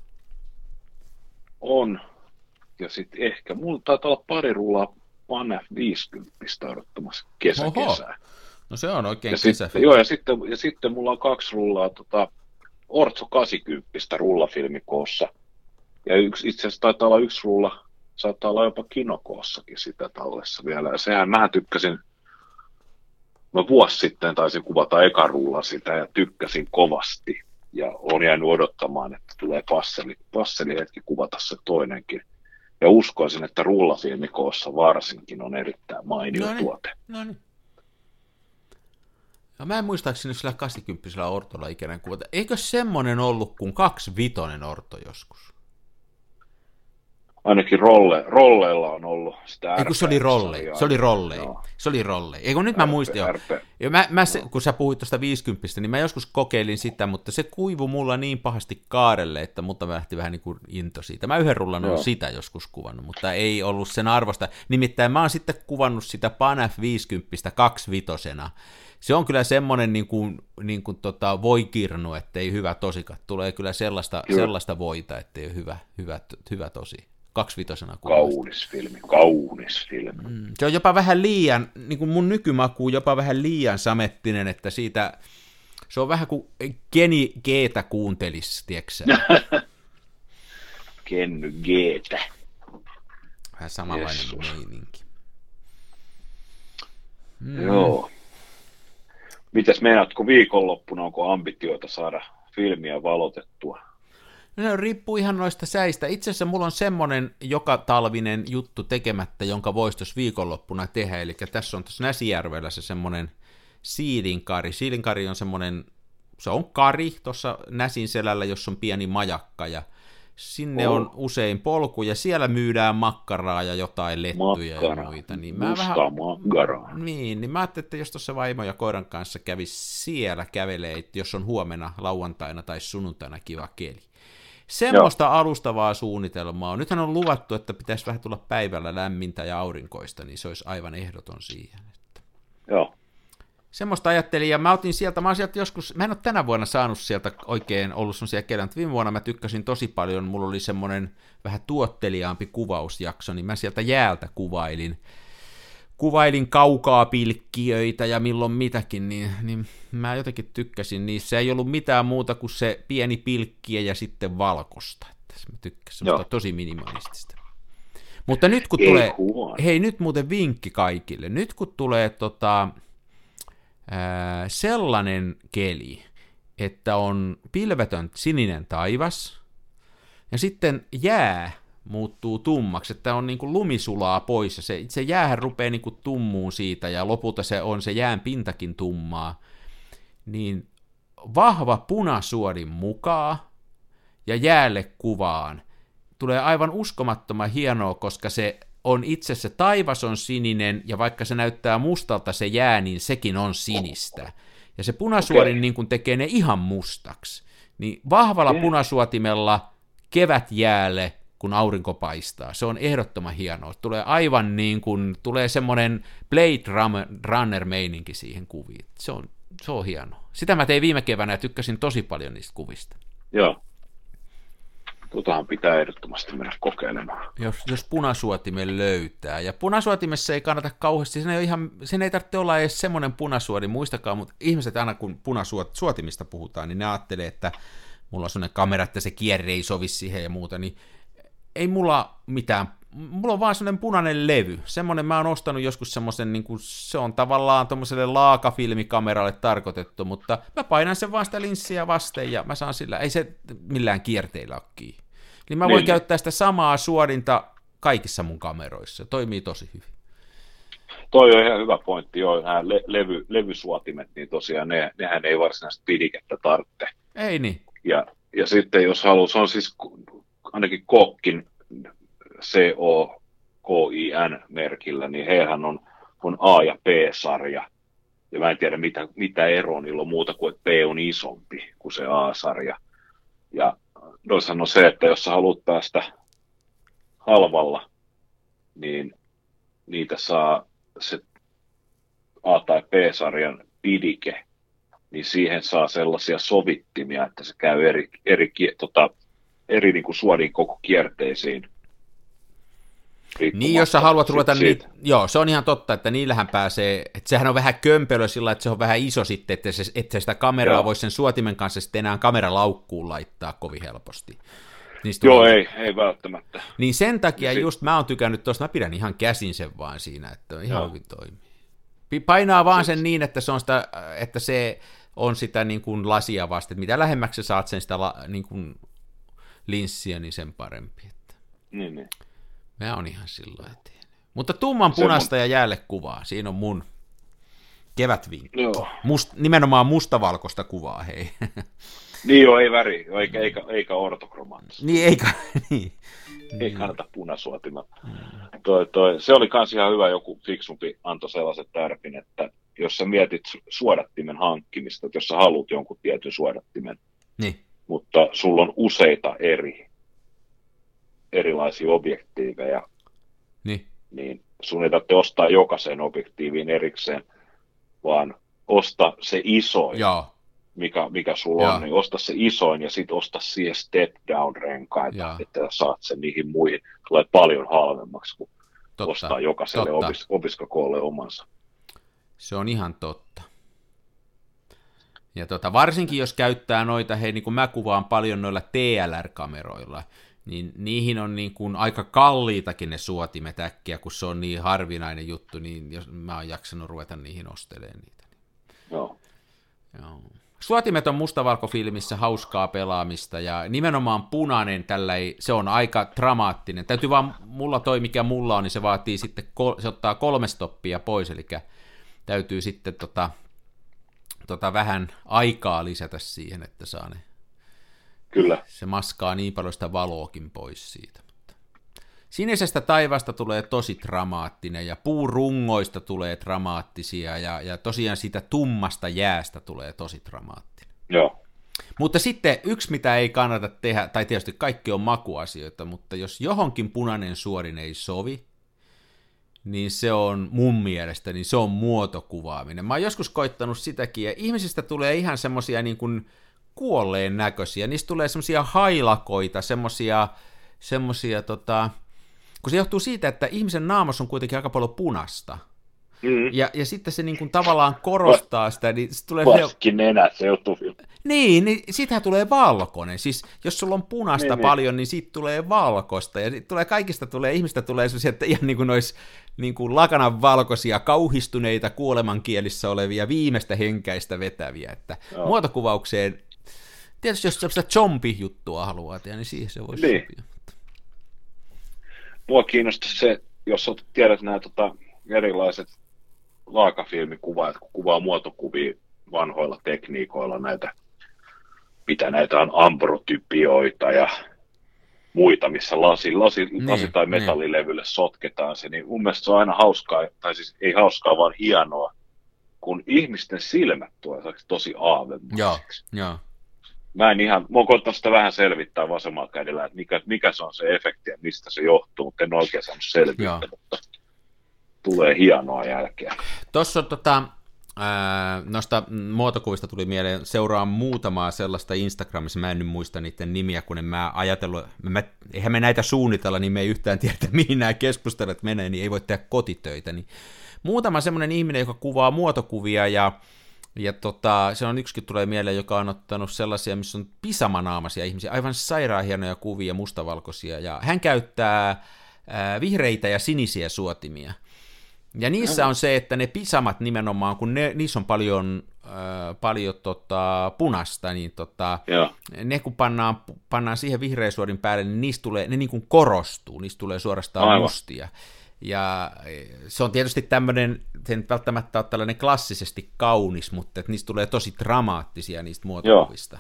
On, ja sitten ehkä, mulla taitaa olla pari rullaa One F viisikymmentä odottamassa kesä, Oho. kesää. No se on oikein kesäfilmi. Joo, ja sitten, ja sitten mulla on kaksi rullaa tota, Orzo kahdeksankymmentä rullafilmikoossa. Ja yksi, itse asiassa taitaa olla yksi rulla, saattaa olla jopa kinokoossakin sitä tallessa vielä. Ja sehän mä tykkäsin, mä vuosi sitten taisin kuvata eka rulla sitä ja tykkäsin kovasti. Ja olen jäänyt odottamaan, että tulee passeli, passeli hetki kuvata se toinenkin. Ja uskoisin, että rullafilmikoossa varsinkin on erittäin mainio Noniin. tuote. Noniin. No mä en muistaakseni sillä kahdeksankymmentä ortolla ikäinen kuvata. Eikö semmoinen ollut kuin kaksi vitonen orto joskus? Ainakin rolle, rolleilla on ollut sitä. Eikö se oli rolle, se oli rolle, se oli rolle. Eikö nyt mä muistin, joo. Ja mä, mä se, kun sä puhuit tuosta viisikymppistä, niin mä joskus kokeilin sitä, mutta se kuivui mulla niin pahasti kaarelle, että mutta mä lähti vähän niin kuin into siitä. Mä yhden rullan olen sitä joskus kuvannut, mutta ei ollut sen arvosta. Nimittäin mä oon sitten kuvannut sitä Pan F viisikymmentä kaksivitosena. Se on kyllä semmoinen niin kuin, niin kuin tota voikirnu, ettei hyvä tosikat. Tulee kyllä sellaista, sellaista voita, ettei ole hyvä, hyvä, hyvä tosi. Kaksivitosena kuvasta. Kaunis filmi, kaunis filmi. Mm, se on jopa vähän liian, niin kuin mun nykymaku jopa vähän liian samettinen, että siitä, se on vähän kuin Kenny G:tä kuuntelisi, tiedätkö sä? Kenny G:tä. Vähän samanlainen Jesus. Meininki. Mm. Joo. Mitäs meinaatko viikonloppuna, onko ambitioita saada filmiä valotettua? No, riippuu ihan noista säistä. Itse asiassa mulla on semmoinen joka talvinen juttu tekemättä, jonka voisi tuossa viikonloppuna tehdä. Eli tässä on tuossa Näsijärvellä se semmoinen siilinkari. Siilinkari on semmoinen, se on kari tuossa Näsin selällä, jossa on pieni majakka. Ja sinne oh. on usein polku, ja siellä myydään makkaraa ja jotain lettuja Makkara. ja muita. Niin mä vähän, makkaraa. Niin, niin mä ajattelin, että jos tuossa vaimo ja koiran kanssa kävisi siellä kävelee, jos on huomenna lauantaina tai sunnuntaina kiva keli. Semmoista Joo. alustavaa suunnitelmaa on. Nythän on luvattu, että pitäisi vähän tulla päivällä lämmintä ja aurinkoista, niin se olisi aivan ehdoton siihen. Että. Joo. Semmoista ajattelin, ja mä otin sieltä, mä oon sieltä joskus, mä en ole tänä vuonna saanut sieltä oikein ollut semmoisia kelejä, mutta viime vuonna mä tykkäsin tosi paljon, mulla oli semmoinen vähän tuotteliaampi kuvausjakso, niin mä sieltä jäältä kuvailin. Kuvailin kaukaa pilkkiöitä ja milloin mitäkin, niin, niin mä jotenkin tykkäsin niissä. Ei ollut mitään muuta kuin se pieni pilkkiä ja sitten valkosta. Että mä tykkäsin semmoista tosi minimalistista. Mutta nyt kun Ei tulee, huono. hei nyt muuten vinkki kaikille, nyt kun tulee tota, ää, sellainen keli, että on pilvetön sininen taivas ja sitten jää muuttuu tummaksi, että on niin kuin lumi sulaa pois, ja se, se jäähän rupeaa niin kuin tummuun siitä, ja lopulta se on se jään pintakin tummaa, niin vahva punasuodin mukaan, ja jäälle kuvaan, tulee aivan uskomattoman hienoa, koska se on itse se taivas on sininen, ja vaikka se näyttää mustalta se jää, niin sekin on sinistä, ja se punasuodin okay. niin kuin tekee ne ihan mustaksi, niin vahvalla okay. punasuotimella kevät jäälle, kun aurinko paistaa. Se on ehdottoman hienoa. Tulee aivan niin kuin, tulee semmoinen Blade Runner-meininki siihen kuviin. Se on, se on hienoa. Sitä mä tein viime keväänä ja tykkäsin tosi paljon niistä kuvista. Joo. Tuotahan pitää ehdottomasti mennä kokeilemaan. Jos, jos punasuotimen löytää. Ja punasuotimessa ei kannata kauheasti, sen ei, ihan, sen ei tarvitse olla edes semmoinen punasuodi, muistakaa, mutta ihmiset aina kun punasuotimista puhutaan, niin ne ajattelee, että mulla on semmoinen kamera, että se kierre ei sovi siihen ja muuta, niin ei mulla mitään, mulla on vaan semmoinen punainen levy, semmoinen mä oon ostanut joskus semmoisen, niin kuin, se on tavallaan tommoselle laakafilmikameralle tarkoitettu, mutta mä painan sen vaan sitä linssiä vasten ja mä saan sillä, ei se millään kierteillä ole kiinni. Niin mä voin niin. käyttää sitä samaa suodinta kaikissa mun kameroissa, toimii tosi hyvin. Toi on ihan hyvä pointti, joo, nämä le- levy, levysuotimet, niin tosiaan ne, nehän ei varsinaisesti pidikettä tarvitse. Ei niin. Ja, ja sitten jos haluaa, se on siis ainakin Kokkin C O K I N-merkillä, niin heillähän on, on A- ja B-sarja. Ja mä en tiedä, mitä, mitä eroa niillä on muuta kuin, että B on isompi kuin se A-sarja. Ja noissahan on se, että jos sä haluat päästä halvalla, niin niitä saa se A- tai B-sarjan pidike, niin siihen saa sellaisia sovittimia, että se käy eri, eri, tota, eri niin kuin suodin koko kierteisiin. Niin, jos sä haluat ruveta, niin, joo, se on ihan totta, että niillähän pääsee, että sehän on vähän kömpelö sillä, että se on vähän iso sitten, että, se, että sitä kameraa joo. voisi sen suotimen kanssa sitten enää kameralaukkuun laittaa kovin helposti. Niistä joo, tulee... ei, ei välttämättä. Niin sen takia niin just mä oon tykännyt tuosta, mä pidän ihan käsin sen vaan siinä, että ihan hyvin toimii. Painaa vaan sen niin, että se on, sitä, että se on sitä niin kuin lasia vasten, että mitä lähemmäksi sä saat sen sitä niin kuin linssiä, niin sen parempi. Että. Niin, niin. Mä oon ihan silloin eteen. Mutta tumman punaista ja jäälle kuvaa, siinä on mun kevätvinkki. Must, nimenomaan mustavalkoista kuvaa, hei. Niin joo, ei väri, eikä, eikä, eikä ortokromaatista. Niin, eikä, niin. Ei kannata punasuotimat. Mm. Toi, toi, se oli kans ihan hyvä, joku fiksumpi antoi sellaiset tärpin, että jos sä mietit suodattimen hankkimista, että jos sä haluat jonkun tietyn suodattimen, niin. mutta sulla on useita eri, erilaisia objektiiveja, niin. niin sun ei tarvitse ostaa jokaiseen objektiiviin erikseen, vaan osta se isoin, Joo. mikä, mikä sulla Joo. on, niin osta se isoin ja sitten osta siihen step down renkaita, Joo. että saat sen niihin muihin. Tulee paljon halvemmaksi, kun totta. ostaa jokaiselle opis, opiskokoolle omansa. Se on ihan totta. Ja tota, varsinkin jos käyttää noita, hei niin kuin mä kuvaan paljon noilla T L R-kameroilla, niin niihin on niin kuin aika kalliitakin ne suotimet äkkiä, kun se on niin harvinainen juttu, niin jos mä oon jaksanut ruveta niihin ostelemaan niitä. Joo. Joo. Suotimet on mustavalkofilmissä hauskaa pelaamista, ja nimenomaan punainen, tällä ei, se on aika dramaattinen. Täytyy vaan, mulla toi mikä mulla on, niin se vaatii sitten, se ottaa kolme stoppia pois, eli täytyy sitten tota, tota vähän aikaa lisätä siihen, että saa ne. Kyllä. Se maskaa niin paljon sitä valoakin pois siitä. Sinisestä taivaasta tulee tosi dramaattinen, ja puurungoista tulee dramaattisia, ja, ja tosiaan siitä tummasta jäästä tulee tosi dramaattinen. Joo. Mutta sitten yksi, mitä ei kannata tehdä, tai tietysti kaikki on makuasioita, mutta jos johonkin punainen suorin ei sovi, niin se on mun mielestä, niin se on muotokuvaaminen. Mä oon joskus koittanut sitäkin, ja ihmisistä tulee ihan semmosia niin kuin kuolleen näköisiä, niistä tulee semmosia hailakoita, semmosia, semmosia tota, kun se johtuu siitä, että ihmisen naamassa on kuitenkin aika paljon punasta, mm. ja, ja sitten se niin kuin tavallaan korostaa sitä, niin se tulee... Vaski nenä, se joutuu... Niin, niin siitähän tulee valkoinen, siis jos sulla on punasta niin, paljon, niin, niin siitä tulee valkoista, ja tulee, kaikista tulee, ihmistä tulee sellaisia, että ihan niin kuin olisi niin kuin lakanan valkoisia, kauhistuneita, kuolemankielissä olevia, viimeistä henkäistä vetäviä, että Joo. muotokuvaukseen, tietysti jos sellaista zombi-juttua haluaa tehdä, niin siihen se voisi niin. sopia. Mua kiinnostaa se, jos tiedät nämä tota, erilaiset laakafilmikuvaajat, kun kuvaa muotokuvia vanhoilla tekniikoilla, näitä, mitä näitä on, ambrotypioita ja muita, missä lasi, lasi, niin, lasi tai metallilevylle niin. sotketaan se, niin mun mielestä se on aina hauskaa, tai siis ei hauskaa, vaan hienoa, kun ihmisten silmät tulee tosi aavemaisiksi. Joo, joo. Mä en ihan, mä oon koittanut sitä vähän selvittää vasemmalla kädellä, että mikä, mikä se on se efekti ja mistä se johtuu, mutta en oikein saanut selvittää, mutta tulee hienoa jälkeä. Tuossa on tota, ää, noista muotokuvista tuli mieleen, seuraan muutamaa sellaista Instagramissa, mä en nyt muista niiden nimiä, kun en mä ajatellut, mä, eihän me näitä suunnitella, niin me ei yhtään tiedä, mihin nämä keskustelut menee, niin ei voi tehdä kotitöitä, niin muutama semmoinen ihminen, joka kuvaa muotokuvia ja Ja tota, se on yksikin tulee mieleen, joka on ottanut sellaisia, missä on pisamanaamaisia ihmisiä, aivan sairaan hienoja kuvia, mustavalkoisia, ja hän käyttää ää, vihreitä ja sinisiä suotimia. Ja niissä on se, että ne pisamat nimenomaan, kun ne, niissä on paljon, ää, paljon tota, punasta, niin tota, ne kun pannaan, pannaan siihen vihreän suorin päälle, niin niistä tulee, ne niin kuin korostuu, niistä tulee suorastaan Aivan. mustia. Ja se on tietysti tämmöinen, se ei välttämättä ole tällainen klassisesti kaunis, mutta että niistä tulee tosi dramaattisia niistä muotokuvista.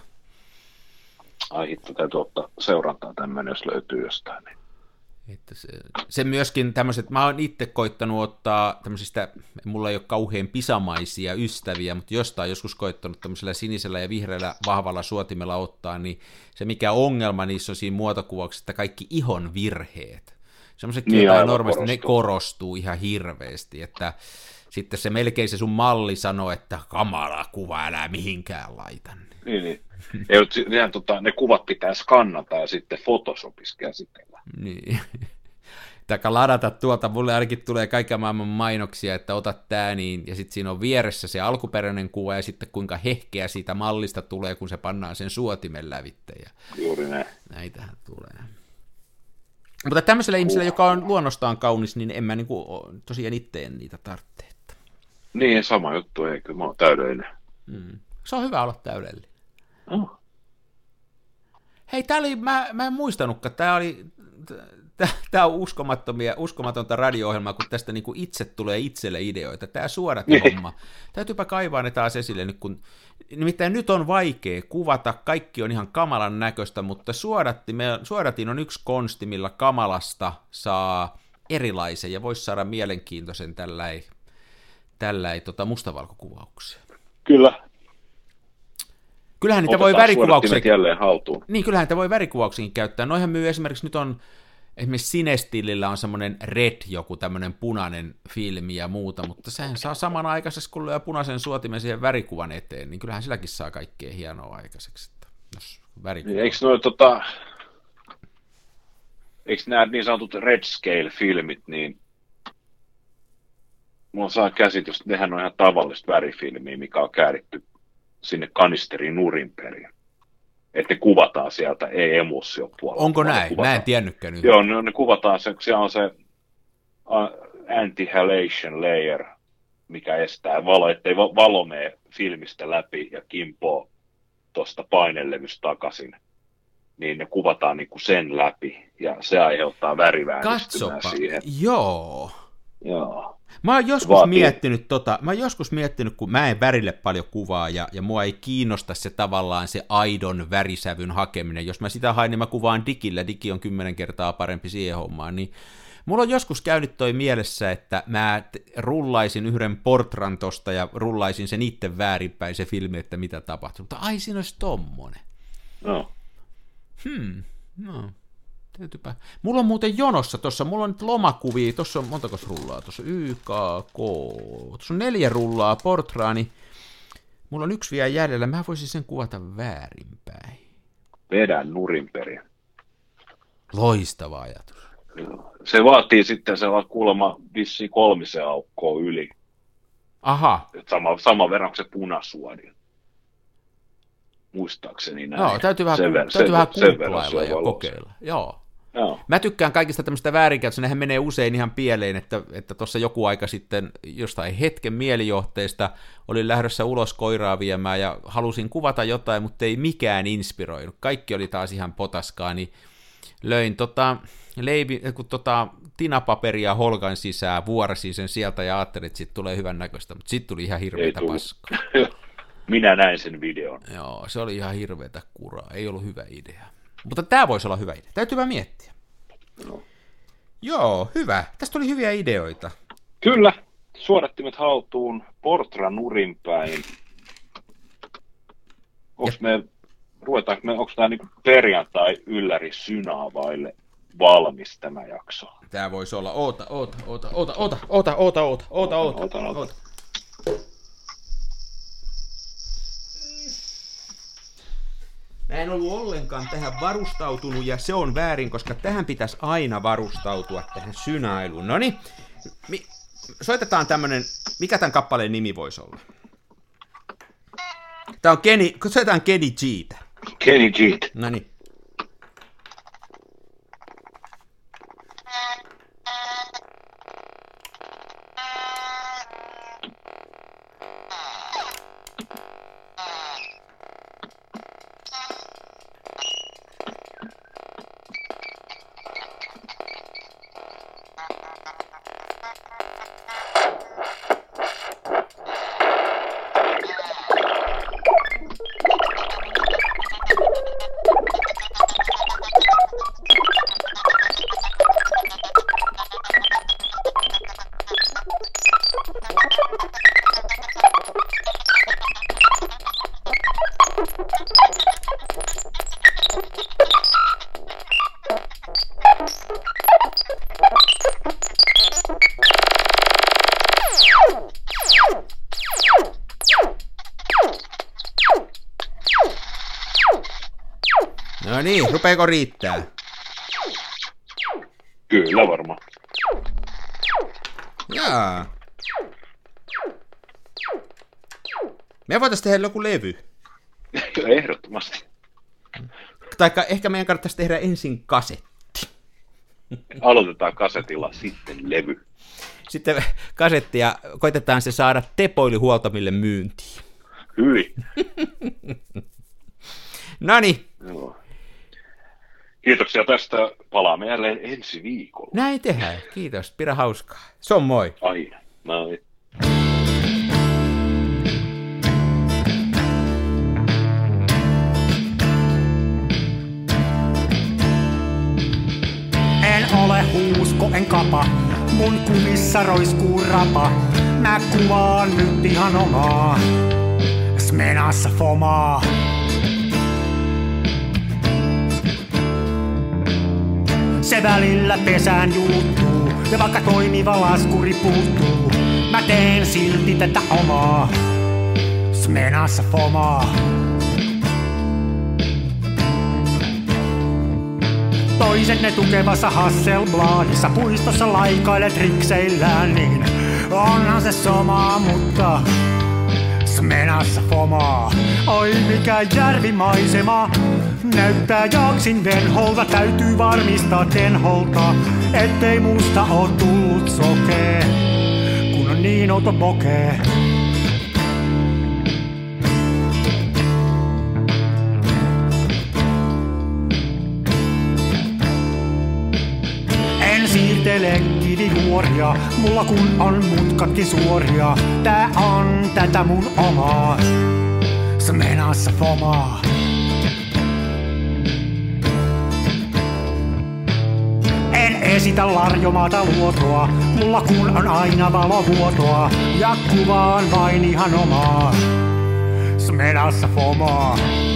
Ai hitto, täytyy ottaa seurantaa tämmöinen, jos löytyy jostain. Niin. Että se, se myöskin tämmöiset, mä oon itse koittanut ottaa tämmöisistä, mulla ei ole kauhean pisamaisia ystäviä, mutta jostain joskus koittanut tämmöisellä sinisellä ja vihreällä vahvalla suotimella ottaa, niin se mikä ongelma niissä on siinä muotokuvauksessa, että kaikki ihon virheet. Sellaiset niin, jotain normaalisti, korostuu. Ne korostuu ihan hirveästi, että sitten se melkein se sun malli sanoo, että kamala kuva, älä mihinkään laita. Niin, niin. Ei, nehän, tota, ne kuvat pitää skannata ja sitten Photoshopissa käsitellä. Niin. Taikka ladata tuolta, mulle ainakin tulee kaiken maailman mainoksia, että otat tää niin, ja sitten siinä on vieressä se alkuperäinen kuva, ja sitten kuinka hehkeä siitä mallista tulee, kun se pannaan sen suotimen lävitte. Juuri näin. Näitähän tulee. Mutta tämmöiselle ihmiselle, joka on luonnostaan kaunis, niin en mä niin kuin, tosiaan itse niitä tarvitse. Niin, sama juttu, ei kyllä mä oon täydellinen. Mm. Se on hyvä olla täydellinen. Oh. Hei, tää oli, mä, mä en muistanutkaan, tää oli, tää on uskomattomia, uskomatonta radio-ohjelmaa, kun tästä niin kuin itse tulee itselle ideoita. Tää suodatinhomma. Täytyypä kaivaa ne taas esille nyt, kun nimittäin nyt on vaikea kuvata, kaikki on ihan kamalan näköistä, mutta suodatti, me, suodatin on yksi konsti, millä kamalasta saa erilaisen ja voisi saada mielenkiintoisen tällä tällä ei tota mustavalkokuvauksia. Kyllä. Kyllähän niitä voi värikuvauksia... jälleen haltuun. Niin, kyllähän niitä voi värikuvauksiin käyttää. Noihän myy esimerkiksi, nyt on, esimerkiksi Cinestilillä on semmoinen red, joku tämmöinen punainen filmi ja muuta, mutta sehän saa samanaikaisesti, kun lyö punaisen suotimen siihen värikuvan eteen, niin kyllähän silläkin saa kaikkea hienoa aikaiseksi. Jos värikuva... Eikö noi tota... Eikö nämä niin sanotut red scale-filmit, niin mulla saa käsitys, että nehän on ihan tavallista värifilmiä, mikä on kääritty sinne kanisteriin nurin perin. Että ne kuvataan sieltä, ei emulsiopuolella. Onko näin? Mä en tiennytkään nyt. Joo, ne, ne kuvataan, se, siellä on se anti-halation layer, mikä estää valo, ettei valo mene filmistä läpi ja kimpoo tuosta painelevystä takaisin. Niin ne kuvataan niinku sen läpi, ja se aiheuttaa värivääristymää siihen. Joo. Joo. Mä oon joskus Vaatii. miettinyt tota, mä oon joskus miettinyt, kun mä en värille paljon kuvaa, ja, ja mua ei kiinnosta se tavallaan se aidon värisävyn hakeminen. Jos mä sitä hain, niin mä kuvaan digillä, digi on kymmenen kertaa parempi siihen hommaan, niin mulla on joskus käynyt toi mielessä, että mä rullaisin yhden portran tosta, ja rullaisin sen itse väärinpäin se filmi, että mitä tapahtuu. Mutta ai, siinä olisi tommonen. No. Hmm, no, täytyypä. Mulla on muuten jonossa tuossa, mulla on nyt lomakuvia, tuossa on montakos rullaa, tuossa Y, K, K, tuossa on neljä rullaa portraani, mulla on yksi vielä jäljellä, mä voisin sen kuvata väärinpäin. Vedän nurinperin. Loistava ajatus. Se vaatii sitten, se on kuulemma vissiin kolmisen aukkoa yli. Aha. Sama, sama verran kuin se punasuodi. Muistaakseni näin. Joo, täytyy vähän, sen, täytyy sen, vähän kuuplailla ja kokeilla. Joo. Joo. Mä tykkään kaikista tämmöistä väärinkäytöstä, nehän menee usein ihan pieleen, että että tuossa joku aika sitten jostain hetken mielijohteesta olin lähdössä ulos koiraa viemään ja halusin kuvata jotain, mutta ei mikään inspiroinut. Kaikki oli taas ihan potaskaa, niin löin tota, leivi, kun tota, tinapaperia holkan sisään, vuorasin sen sieltä ja ajattelin, että siitä tulee hyvän näköistä, mutta sitten tuli ihan hirveätä paskaa. Minä näin sen videon. Joo, se oli ihan hirveätä kuraa, ei ollut hyvä idea. Mutta tämä voisi olla hyvä idea, täytyy vaan miettiä. No. Joo, hyvä. Tästä oli hyviä ideoita. Kyllä, suodattimet haltuun, portra nurinpäin. Onko me, ruvetaanko me, onko tämä niinku perjantai ylläri synaa vaille valmis tämä jakso? Tämä voisi olla, oota, oota, oota, oota, oota, oota, oota, oota, oota, oota, oota, oota. Mä en ollut ollenkaan tähän varustautunut, ja se on väärin, koska tähän pitäisi aina varustautua, tähän synailuun. Noniin, mi- soitetaan tämmönen, mikä tämän kappaleen nimi voisi olla? Tää on Kenny, soitetaan Kenny G:tä. Kenny G. Noniin. No niin, rupeeko riittää? Kyllä varmaan. Jaa. Me voitaisiin tehdä joku levy. Ehdottomasti. Taikka ehkä meidän kannattaisi tehdä ensin kasetti. Aloitetaan kasetilla, sitten levy. Sitten kasetti ja koitetaan se saada tepoilihuoltamille myyntiin. Hyvin. Noniin. Joo. Kiitoksia tästä. Palaamme jälleen ensi viikolla. Näin tehdään. Kiitos. Pidä hauskaa. Se on moi. Aina. Moi. En ole huusko, en kapa, mun kumissa roiskuu rapa. Mä kuvaan nyt ihan omaa Smenassa fomaa. Se välillä pesään juuttuu, ja vaikka toimiva laskuri puuttuu, mä teen silti tätä omaa Smenassa fomaa. Toiset ne tukevassa Hasselbladissa puistossa laikailet rikseillään, niin onhan se somaa, mutta Smenassa fomaa. Oi mikä järvimaisema näyttää jaksin venholta. Täytyy varmistaa tenholta, ettei musta oo tullut sokee, kun on niin outo bokee. En siirtele kivijuoria, mulla kun on mutkatkin suoria. Tää on tätä mun omaa Smenassa fomaa. En esitä larjomaata luotoa, mulla kun on aina valovuotoa. Ja kuvaan vain ihan omaa Smenassa fomaa.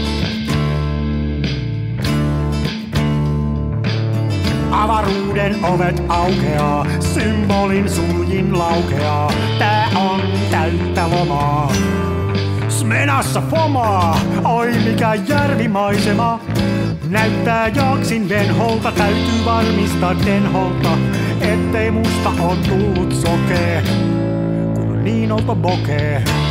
Avaruuden ovet aukeaa, symbolin suljin laukeaa. Tää on täyttä lomaa Smenassa fomaa. Oi mikä järvimaisema näyttää jaksin venholta. Täytyy varmistaa tenholta, ettei musta oo tullut sokee, kun on niin outo bokee.